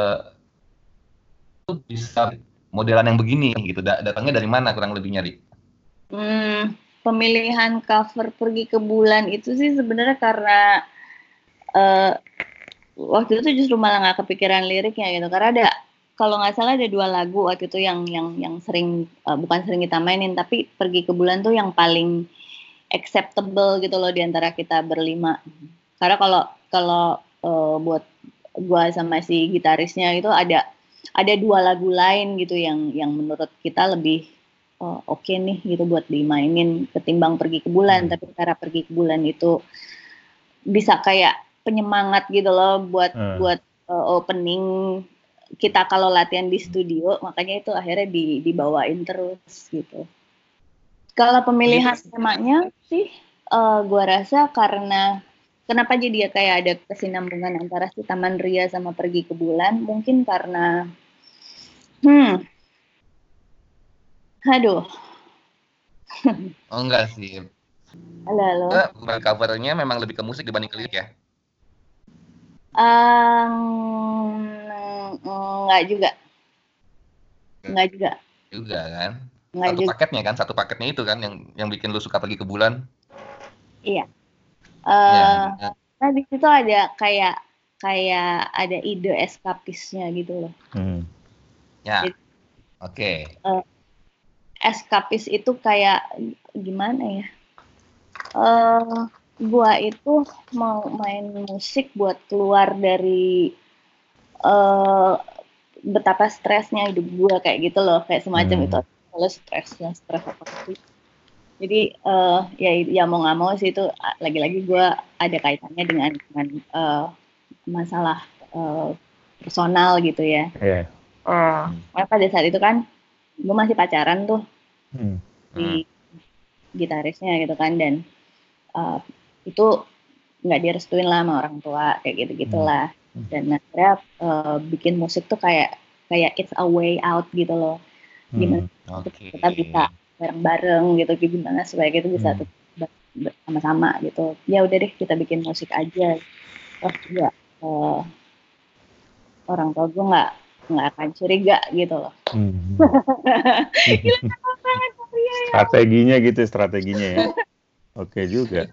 bisa modelan yang begini gitu, datangnya dari mana kurang lebih nyari? Pemilihan cover Pergi ke Bulan itu sih sebenarnya karena waktu itu justru malah nggak kepikiran liriknya gitu, karena kalau nggak salah ada 2 lagu waktu itu yang sering bukan sering kita mainin, tapi Pergi ke Bulan tuh yang paling acceptable gitu loh di antara kita berlima. Karena kalau buat gua sama si gitarisnya itu ada ada 2 lagu lain gitu yang menurut kita lebih oke nih gitu buat dimainin ketimbang Pergi ke Bulan. Tapi cara Pergi ke Bulan itu bisa kayak penyemangat gitu loh buat opening kita kalau latihan di studio, makanya itu akhirnya dibawain terus gitu. Kalau pemilihan temanya sih, gua rasa karena kenapa jadi kayak ada kesinambungan antara si Taman Ria sama Pergi ke Bulan, mungkin karena, aduh. Oh enggak sih. Halo. Covernya memang lebih ke musik dibanding ke lirik ya? Enggak juga. Juga kan? Enggak juga. Satu paketnya itu kan yang bikin lu suka Pergi ke Bulan. Iya. Ya. Nah di situ ada kayak ada ide eskapisnya gitu loh. Ya. Oke. Eskapis itu kayak gimana ya? Gua itu mau main musik buat keluar dari betapa stresnya hidup gua kayak gitu loh, kayak semacam itu. Kalau stres apa sih? Jadi ya mau nggak mau sih itu lagi-lagi gua ada kaitannya dengan masalah personal gitu ya. Pada saat itu kan gue masih pacaran tuh di gitarisnya gitu kan, dan itu nggak direstuin lah sama orang tua kayak gitu-gitulah. Dan akhirnya bikin musik tuh kayak it's a way out gitu loh. Gimana kita bisa bareng-bareng gitu, gimana supaya kita bisa bersama-sama gitu. Ya udah deh kita bikin musik aja. Terus juga orang tua gue nggak akan curiga gitu loh. Gila, banget, strateginya ya. Oke juga.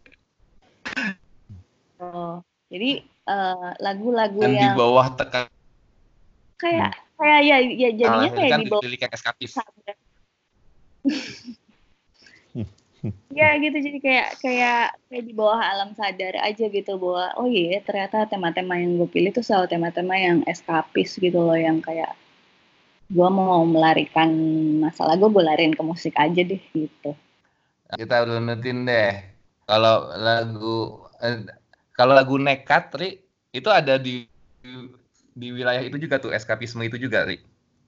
Jadi lagu-lagu yang yang di bawah tekan kayak ya jadinya kayak kan di bawah lirik eskapis. Ya gitu, jadi kayak di bawah alam sadar aja gitu, bahwa oh iya ternyata tema-tema yang gue pilih tuh selalu tema-tema yang eskapis gitu loh, yang kayak gue mau melarikan masalah gue lariin ke musik aja deh gitu. Kita runutin deh. Kalau lagu Nekat, Ri, itu ada di wilayah itu juga tuh, eskapisme itu juga, Ri.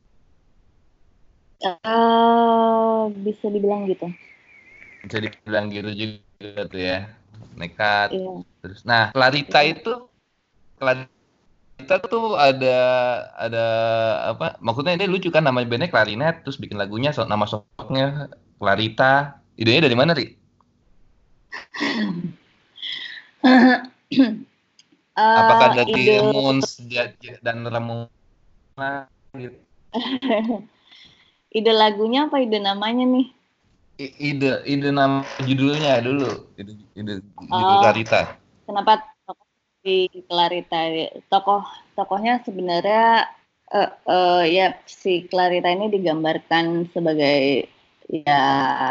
Bisa dibilang gitu. Bisa dibilang gitu juga tuh ya. Nekat. Iya. Terus, nah, Clarita itu ada apa? Maksudnya ini lucu kan, nama bandnya Clarinet, terus bikin lagunya nama sosoknya Clarita. Idenya dari mana, Ri? Apakah dari Moons dan Ramona gitu? Ide lagunya apa ide namanya nih? Ide nama judulnya dulu. Ide judul Clarita. Kenapa di Clarita? Tokohnya sebenarnya ya si Clarita ini digambarkan sebagai ya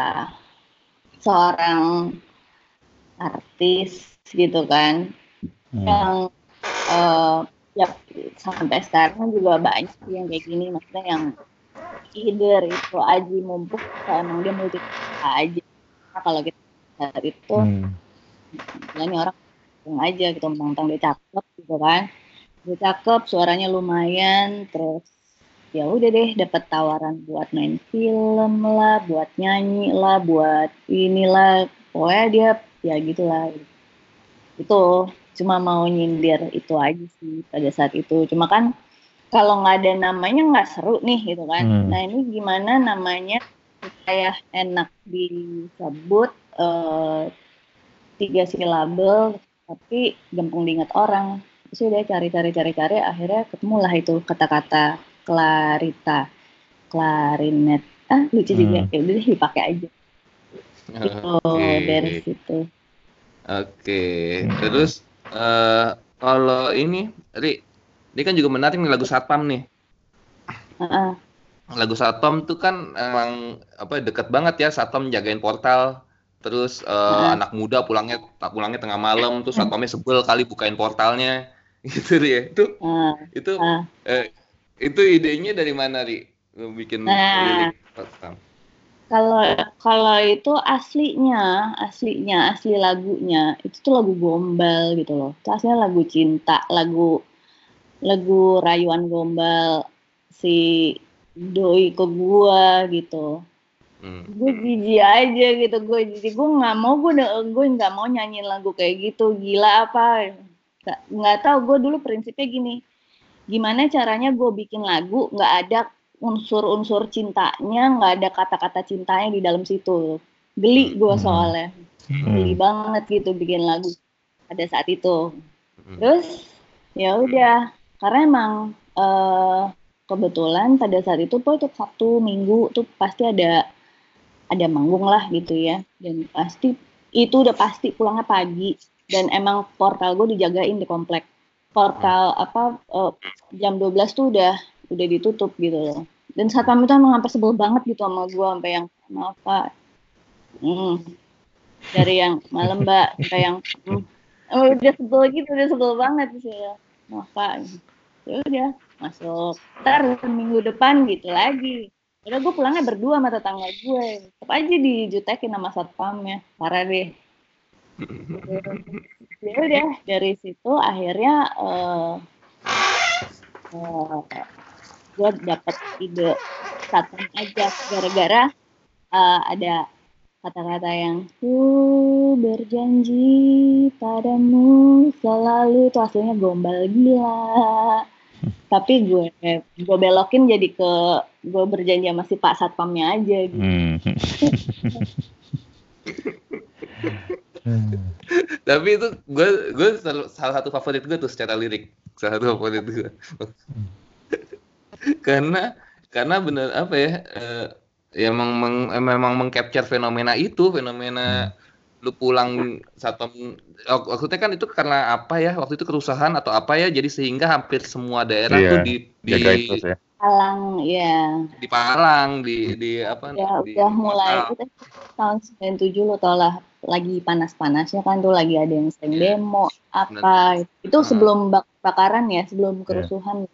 seorang artis gitu kan, yang ya sampai sekarang juga banyak yang kayak gini, maksudnya yang either itu Aji Mumpuk emang dia multi aja. Nah, kalau kita saat itu ini orang aja gitu, mentang dia cakep gitu kan, dia cakep, suaranya lumayan, terus ya udah deh dapat tawaran buat main film lah, buat nyanyi lah, buat inilah, pokoknya dia ya gitulah. Itu cuma mau nyindir itu aja sih pada saat itu. Cuma kan kalau nggak ada namanya nggak seru nih gitu kan. Nah ini gimana namanya supaya enak disebut 3 silabel tapi gampang diingat orang. Terus udah cari akhirnya ketemulah itu kata-kata Clarita, klarinet. Lucu juga. Ya udah dipakai aja. Gitu dari situ. Oke. Terus kalau ini, Ri kan juga menarik nih lagu Satpam nih. Lagu Satpam tuh kan emang dekat banget ya, Satpam jagain portal. Terus anak muda pulangnya tengah malam, terus Satpamnya sebel kali bukain portalnya, gitu ya. Itu idenya dari mana, Ri? Lu bikin lirik Potsdam. Kalau itu asli lagunya itu tuh lagu gombal gitu loh. Itu aslinya lagu cinta, lagu rayuan gombal si doi ke gua gitu. Gue jijik aja gitu, gue nggak mau nyanyiin lagu kayak gitu, gila apa? Nggak tahu, gue dulu prinsipnya gini, gimana caranya gue bikin lagu nggak ada unsur-unsur cintanya, nggak ada kata-kata cintanya di dalam situ. Geli gue soalnya, geli banget gitu bikin lagu pada saat itu. Terus ya udah, karena emang kebetulan pada saat itu tuh Sabtu Minggu tuh pasti ada manggung lah gitu ya, dan pasti itu udah pasti pulangnya pagi, dan emang portal gue dijagain di komplek. Portal jam 12 tuh udah ditutup gitu loh. Dan satpam itu emang sampai sebel banget gitu sama gue, sampai yang maaf Pak, dari yang malam Mbak sampai yang udah sebel banget sih ya, maaf Pak. Ya udah masuk, ntar minggu depan gitu lagi. Udah gue pulangnya berdua sama tetangga gue, tetap aja dijutekin sama satpamnya, parah deh. Ya udah dari situ akhirnya gue dapet ide satpam aja, gara-gara ada kata-kata yang berjanji padamu selalu, itu aslinya gombal gila. Tapi gue belokin jadi gue berjanji sama si Pak Satpamnya aja gitu. Tapi itu gue salah satu favorit gue tuh secara lirik, salah satu favorit gue. karena bener apa ya, ya memang mengcapture fenomena lu pulang satpam. Maksudnya kan itu karena apa ya, waktu itu kerusuhan atau apa ya, jadi sehingga hampir semua daerah tuh di Palang ya. Di Palang, di apa? Ya, udah mulai itu tahun 97 lo tau lah, lagi panas-panasnya kan tuh, lagi ada yang sering demo apa. Itu sebelum bakaran ya, sebelum kerusuhan.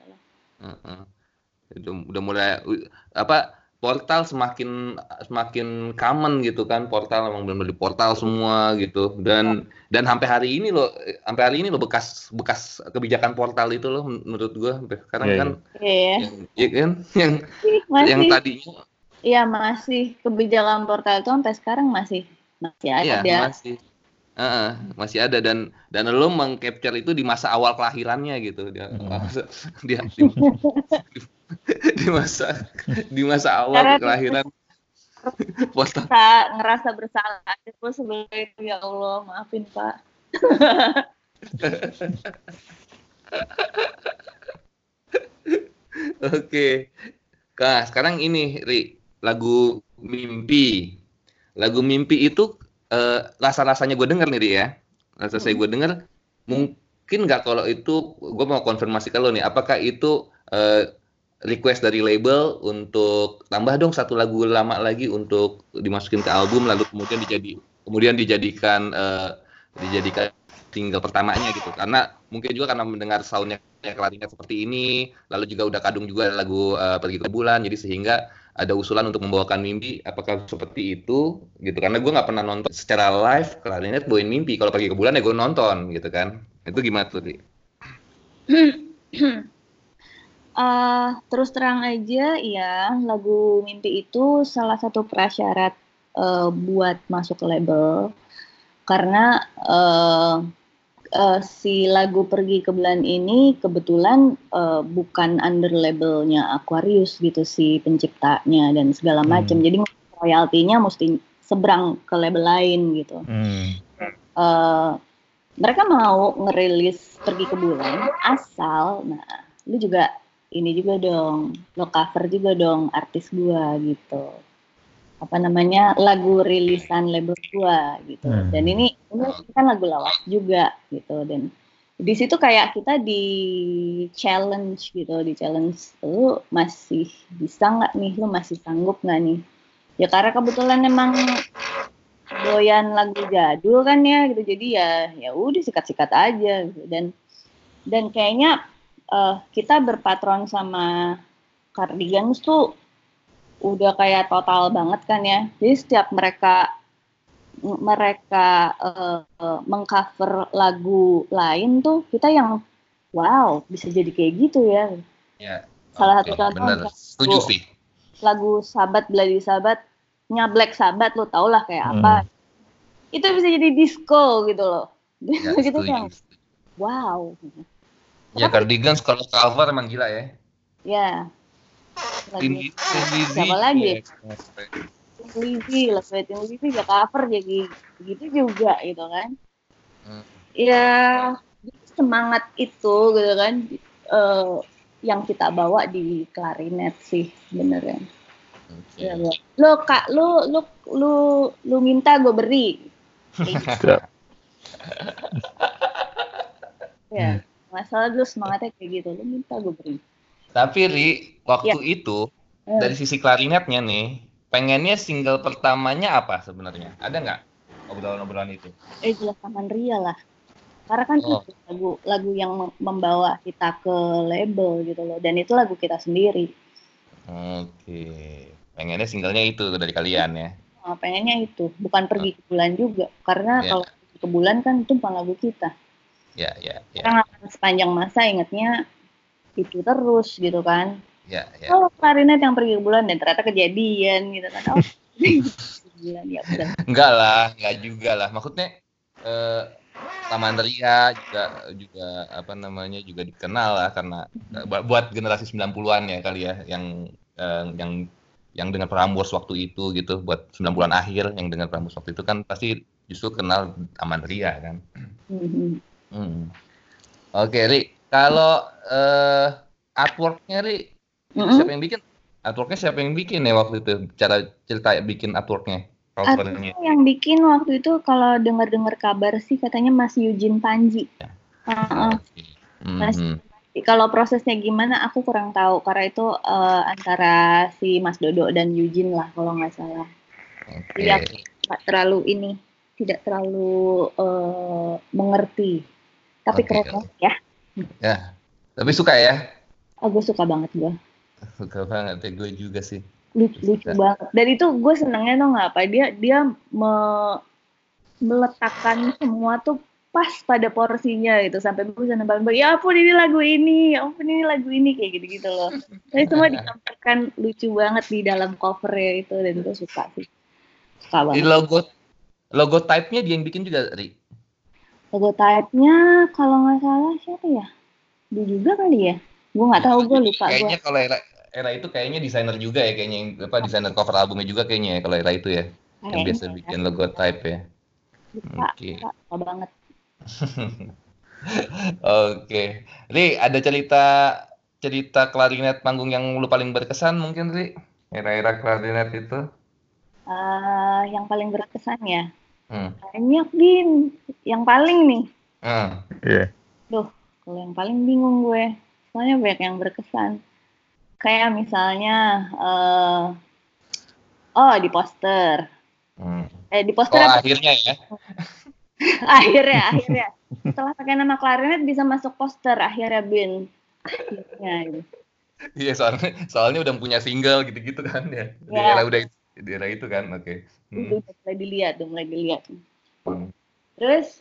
Udah mulai apa, portal semakin common gitu kan, portal emang benar-benar di portal semua gitu, dan sampai hari ini loh bekas kebijakan portal itu loh menurut gue sampai sekarang kan. Yang tadinya iya, masih kebijakan portal itu sampai sekarang masih ada. Iya, masih ada, dan lo mengcapture itu di masa awal kelahirannya gitu, di masa awal kelahiran. Kita ngerasa bersalah aja terus sebelum itu, ya Allah maafin Pak. Oke. Nah, sekarang ini Ri, lagu Mimpi itu rasa-rasanya gue denger nih Ri ya, rasa-rasanya gue denger, mungkin nggak kalau itu, gue mau konfirmasi ke lo nih, apakah itu request dari label untuk tambah dong satu lagu lama lagi untuk dimasukin ke album, lalu kemudian dijadikan single pertamanya gitu, karena mungkin juga karena mendengar soundnya klarinet seperti ini, lalu juga udah kadung juga lagu Pergi ke Bulan, jadi sehingga ada usulan untuk membawakan Mimpi. Apakah seperti itu gitu, karena gue nggak pernah nonton secara live klarinet bawain Mimpi. Kalau Pergi ke Bulan ya gue nonton gitu kan. Itu gimana tuh Ri? Terus terang aja ya, lagu Mimpi itu salah satu prasyarat buat masuk label, karena si lagu Pergi ke Bulan ini kebetulan bukan under labelnya Aquarius gitu, si penciptanya dan segala macam. Jadi royaltinya mesti seberang ke label lain gitu. Mereka mau ngerilis Pergi ke Bulan asal, lu juga ini juga dong, lo cover juga dong artis gua gitu, apa namanya, lagu rilisan label gua gitu. Dan ini kan lagu lawas juga gitu, dan di situ kayak kita di challenge, lu masih bisa nggak nih, lu masih sanggup nggak nih, ya karena kebetulan emang doyan lagu jadul kan ya gitu, jadi ya udah sikat-sikat aja gitu. Dan kayaknya kita berpatron sama Cardigans tuh udah kayak total banget kan ya. Jadi setiap mereka mengcover lagu lain tuh kita yang wow bisa jadi kayak gitu ya. Ya. Salah satu contoh bener. Setuju sih. Lagu Sabbath, Bloody Sabbath-nya Black Sabbath, lo tau lah kayak apa. Itu bisa jadi disco gitu loh. Ya, gitu setuju. yang wow. Ya Cardigans kalau cover emang gila ya. Ya. Siapa lagi? Lizzy, juga cover jadi gitu juga gitu kan. Ya semangat itu gitu kan yang kita bawa di klarinet sih sebenarnya. Ya, lu minta gue beri. Ya, masalah dulu semangatnya kayak gitu, lu minta gue beri. Tapi Ri, waktu itu dari sisi klarinetnya nih, pengennya single pertamanya apa sebenarnya? Ada nggak obrolan-obrolan itu? Jelas Taman Ria lah. Karena kan itu lagu yang membawa kita ke label gitu loh, dan itu lagu kita sendiri. Oke, pengennya singlenya itu dari kalian ya? Pengennya itu, bukan pergi ke bulan juga, karena kalau pergi ke bulan kan itu bukan lagu kita. Ya. Karena sepanjang masa ingatnya itu terus gitu kan. Ya. Oh, klarinet yang pergi ke bulan dan ternyata kejadian gitu kan. Oh, bulan ya udah. Enggak juga lah. Maksudnya Taman Ria juga apa namanya juga dikenal lah karena buat generasi 90-an ya kali ya yang dengar Prambors waktu itu gitu, buat 90-an akhir yang dengar Prambors waktu itu kan pasti justru kenal Taman Ria kan. Oke, Ri, kalau artwork-nya Ri, siapa yang bikin? Artwork-nya siapa yang bikin ya waktu itu? Cara cerita bikin artwork-nya? Artwork yang bikin waktu itu kalau dengar-dengar kabar sih katanya Mas Eugene Panji. Kalau prosesnya gimana aku kurang tahu karena itu antara si Mas Dodo dan Eugene lah kalau nggak salah. Jadi aku tidak terlalu mengerti. Tapi keren banget ya. Ya, tapi suka ya? Gue suka banget gue. Suka banget ya, gue juga sih. Lucu banget. Dan itu gue senengnya tuh nggak apa dia meletakkan semua tuh pas pada porsinya gitu sampai gue bisa nembak ya ampun ini lagu ini kayak gitu loh. Tapi semua ditampilkan lucu banget di dalam covernya itu dan gue suka sih. Suka banget. Logo type-nya dia yang bikin juga, Ri? Logo type-nya kalau nggak salah siapa ya? Dia juga kali ya? Gue nggak tahu, gue lupa. Kayaknya kalau era itu kayaknya desainer juga ya, kayaknya desainer cover albumnya juga kayaknya ya kalau era itu ya. Yang biasa bikin logo type ya. Oke. Suka banget. Oke. Ri, ada cerita klarinet panggung yang lu paling berkesan mungkin, Ri? Era-era klarinet itu? Yang paling berkesan ya? Banyak, Bin. Yang paling nih. Duh, kalau yang paling bingung gue. Soalnya banyak yang berkesan. Kayak misalnya, di poster. Di poster akhirnya ya? akhirnya. Setelah pakai nama klarinet bisa masuk poster akhirnya, Bin. Iya, soalnya udah punya single gitu-gitu kan ya. Di era itu kan, oke. Udah mulai dilihat. Terus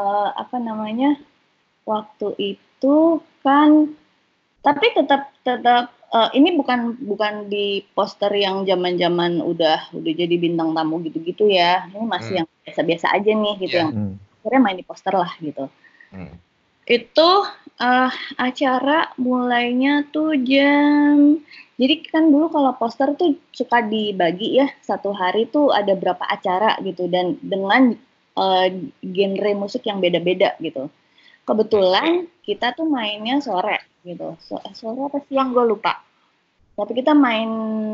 waktu itu kan, tapi tetap ini bukan di poster yang zaman udah jadi bintang tamu gitu-gitu ya. Ini masih yang biasa-biasa aja nih gitu yang akhirnya main di poster lah gitu. Itu acara mulainya tuh jadi kan dulu kalau poster tuh suka dibagi ya, satu hari tuh ada berapa acara gitu dan dengan genre musik yang beda-beda gitu. Kebetulan kita tuh mainnya sore gitu. Sore apa siang gue lupa. Tapi kita main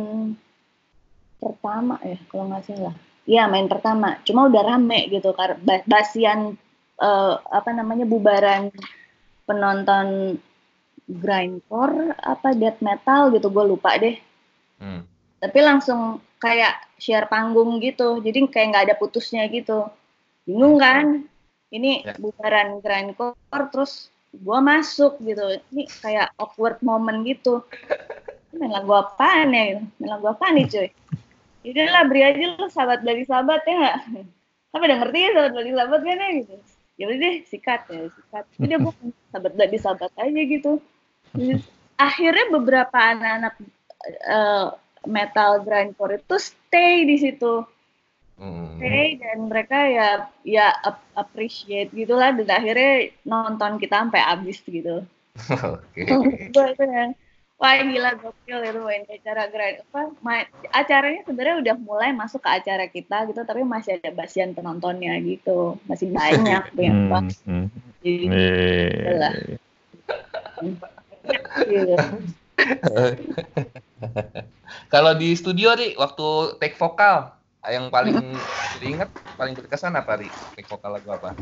pertama ya kalau nggak salah. Iya main pertama. Cuma udah rame gitu karena basian bubaran penonton grindcore apa death metal gitu gue lupa deh. Tapi langsung kayak share panggung gitu. Jadi kayak nggak ada putusnya gitu. Bingung kan? Ini bubaran grindcore terus gue masuk gitu. Ini kayak awkward moment gitu. Main lagu apaan ya? Gitu. Main lagu apaan nih cuy? Yaudah lah, beri aja lu sahabat dari sahabat ya nggak? Tapi udah ngerti ya sahabat dari sahabat kan ya gitu. Ya udah deh, sikat. Udah gue sahabat dari sahabat aja gitu. Terus, akhirnya beberapa anak-anak metal grindcore itu stay di situ. Dan mereka ya appreciate gitulah, dan akhirnya nonton kita sampai habis gitu. Oke. Wah gila, gokil itu main acara acaranya sebenarnya udah mulai masuk ke acara kita gitu, tapi masih ada basian penontonnya gitu, masih banyak banget. Jadi lah. Kalau di studio nih waktu take vokal yang paling diingat, paling berkesan apa nih? Take vokal lagu apa?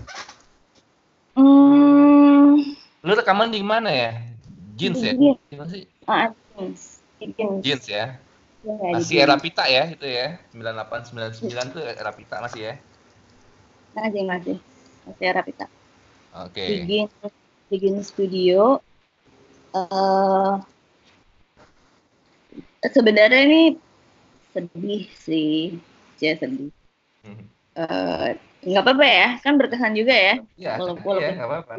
Lu rekaman di mana ya? Jeans ya? Gimana sih? Jeans ya? Masih era pita ya itu ya? 98, 99 tuh era pita masih ya? Masih era pita. Oke. Di Jeans studio. Sebenarnya ini sedih sih. Sedih. Nggak apa-apa ya, kan berkesan juga ya. Iya, nggak apa-apa.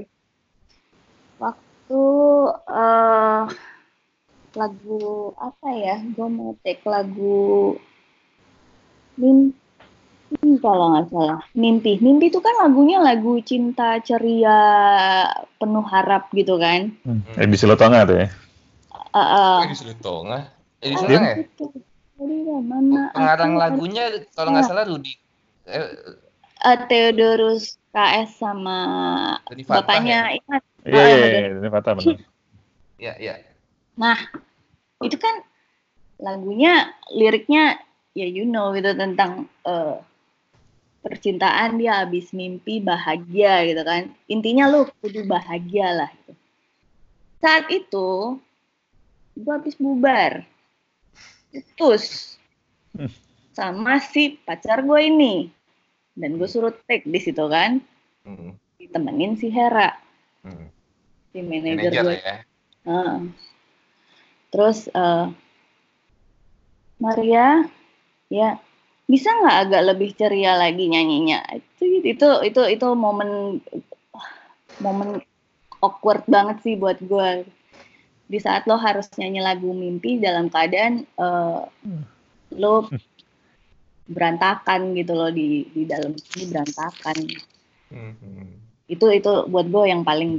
Waktu lagu apa ya, gue mau take lagu Mimpi kalau nggak salah. Mimpi itu kan lagunya lagu cinta ceria penuh harap gitu kan. Edisi Lotonga tuh ya. Edisi Lotonga? Edisi Lotonga ya? Pengarang lagunya kalau nggak salah Rudi Theodorus KS sama bapaknya Iman. Iya, ini Fatah benar. Iya. Nah, itu kan lagunya, liriknya ya gitu tentang percintaan, dia habis mimpi bahagia gitu kan. Intinya lu kudu bahagia lah gitu. Saat itu gue habis bubar. Putus sama si pacar gue ini, dan gue suruh take di situ kan, ditemenin si Hera, si manajer gue ya. Terus Maria ya bisa nggak agak lebih ceria lagi nyanyinya. Itu momen awkward banget sih buat gue, di saat lo harus nyanyi lagu mimpi dalam keadaan lo berantakan gitu loh, di dalam ini berantakan. Itu buat gue yang paling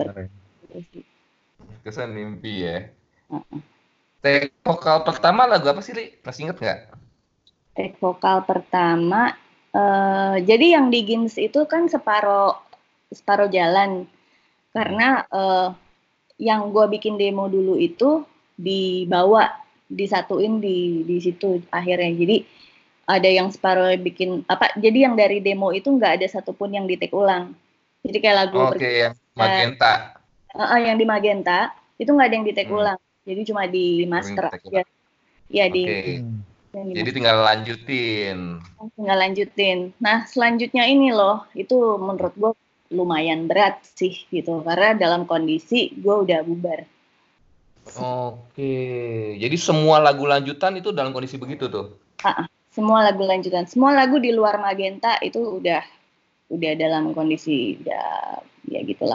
kesan mimpi ya. Take vokal pertama lagu apa sih, Li? Masih inget nggak? Take vokal pertama, jadi yang di Gins itu kan separuh jalan, karena yang gue bikin demo dulu itu disatuin di situ akhirnya. Jadi ada yang separuh bikin jadi yang dari demo itu nggak ada satupun yang di take ulang. Jadi kayak lagu yang Magenta. Yang di Magenta itu nggak ada yang di take ulang. Jadi cuma di master aja. Iya Jadi tinggal lanjutin. Nah, selanjutnya ini loh, itu menurut gue lumayan berat sih gitu, karena dalam kondisi gue udah bubar. Oke, jadi semua lagu lanjutan itu dalam kondisi begitu tuh? Semua lagu lanjutan, semua lagu di luar Magenta itu udah dalam kondisi ya gitulah.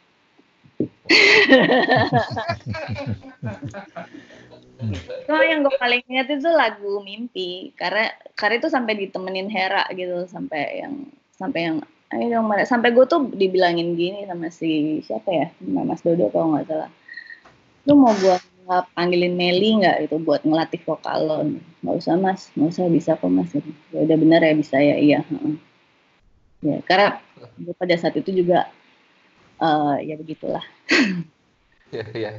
Itu yang gue paling ingat itu lagu Mimpi, karena itu sampai ditemenin Hera gitu, sampai yang ayo dong, sampai gue tuh dibilangin gini sama si siapa ya, sama Mas Dodo kalau nggak salah, lu mau gue panggilin Meli nggak itu buat ngelatih vokal lo? Nggak usah Mas, nggak usah, bisa kok Mas. Ya udah, bener ya, bisa ya, iya. Ya karena gue pada saat itu juga ya begitulah. Ya.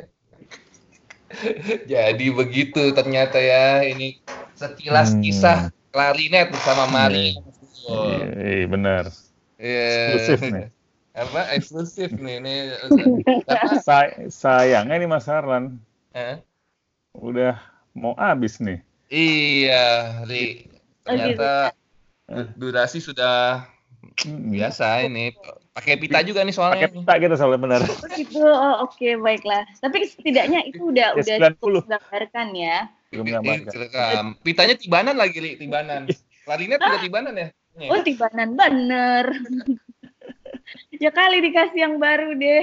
Jadi begitu ternyata ya, ini sekilas kisah klarinet bersama Mari. Iya, benar. Eksklusif nih. Eksklusif nih. Ini sayangnya nih Mas Harlan. Udah mau habis nih. Iya, Ri. Ternyata durasi sudah Biasa ini. Pakai pita juga nih soalnya. Pakai pita kita soalnya benar. Itu oke, baiklah. Tapi setidaknya itu udah Ya, cukup menggambarkan ya. Belum menggambarkan. Pitanya tibanan lagi, Li, tibanan. Klarinet juga tibanan ya? Oh, tibanan bener. Ya kali dikasih yang baru deh.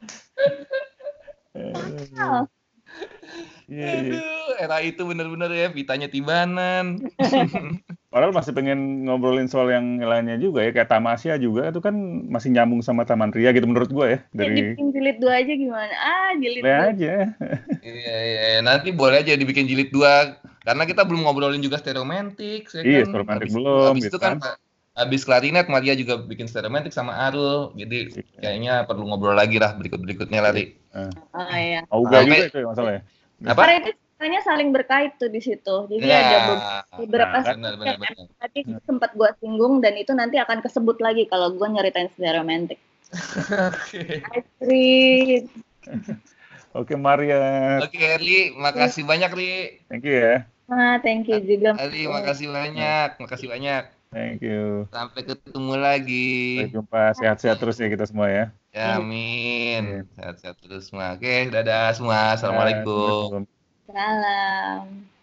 Aduh, era itu bener-bener ya, pitanya tibanan. Padahal masih pengen ngobrolin soal yang lainnya juga ya, kayak Tamasya juga itu kan masih nyambung sama Taman Ria gitu menurut gue ya. Dari dibikin jilid 2 aja gimana? Jilid 2 aja. Iya, nanti boleh aja dibikin jilid 2 karena kita belum ngobrolin juga Stereomantics ya Iya, kan. Stereomantics belum. Habis itu kan habis klarinet Maria juga bikin Stereomantics sama Arul. Jadi kayaknya perlu ngobrol lagi lah berikutnya lagi. Iya. Auga juga itu ya masalahnya. Apa? Karena itu sebenarnya saling berkait tuh di situ. Jadi ada beberapa benar. yang tadi sempat gue singgung dan itu nanti akan kesebut lagi kalau gue nyeritain Stereomantic. Oke. Oke, Maria. Oke, Erli, makasih banyak, Ri. Thank you ya. Thank you juga. Erli, makasih banyak. Thank you. Sampai ketemu lagi. Sampai jumpa, sehat-sehat terus ya kita semua ya. Amin. Sehat-sehat terus semua. Oke, dadah semua. Assalamualaikum. Salam.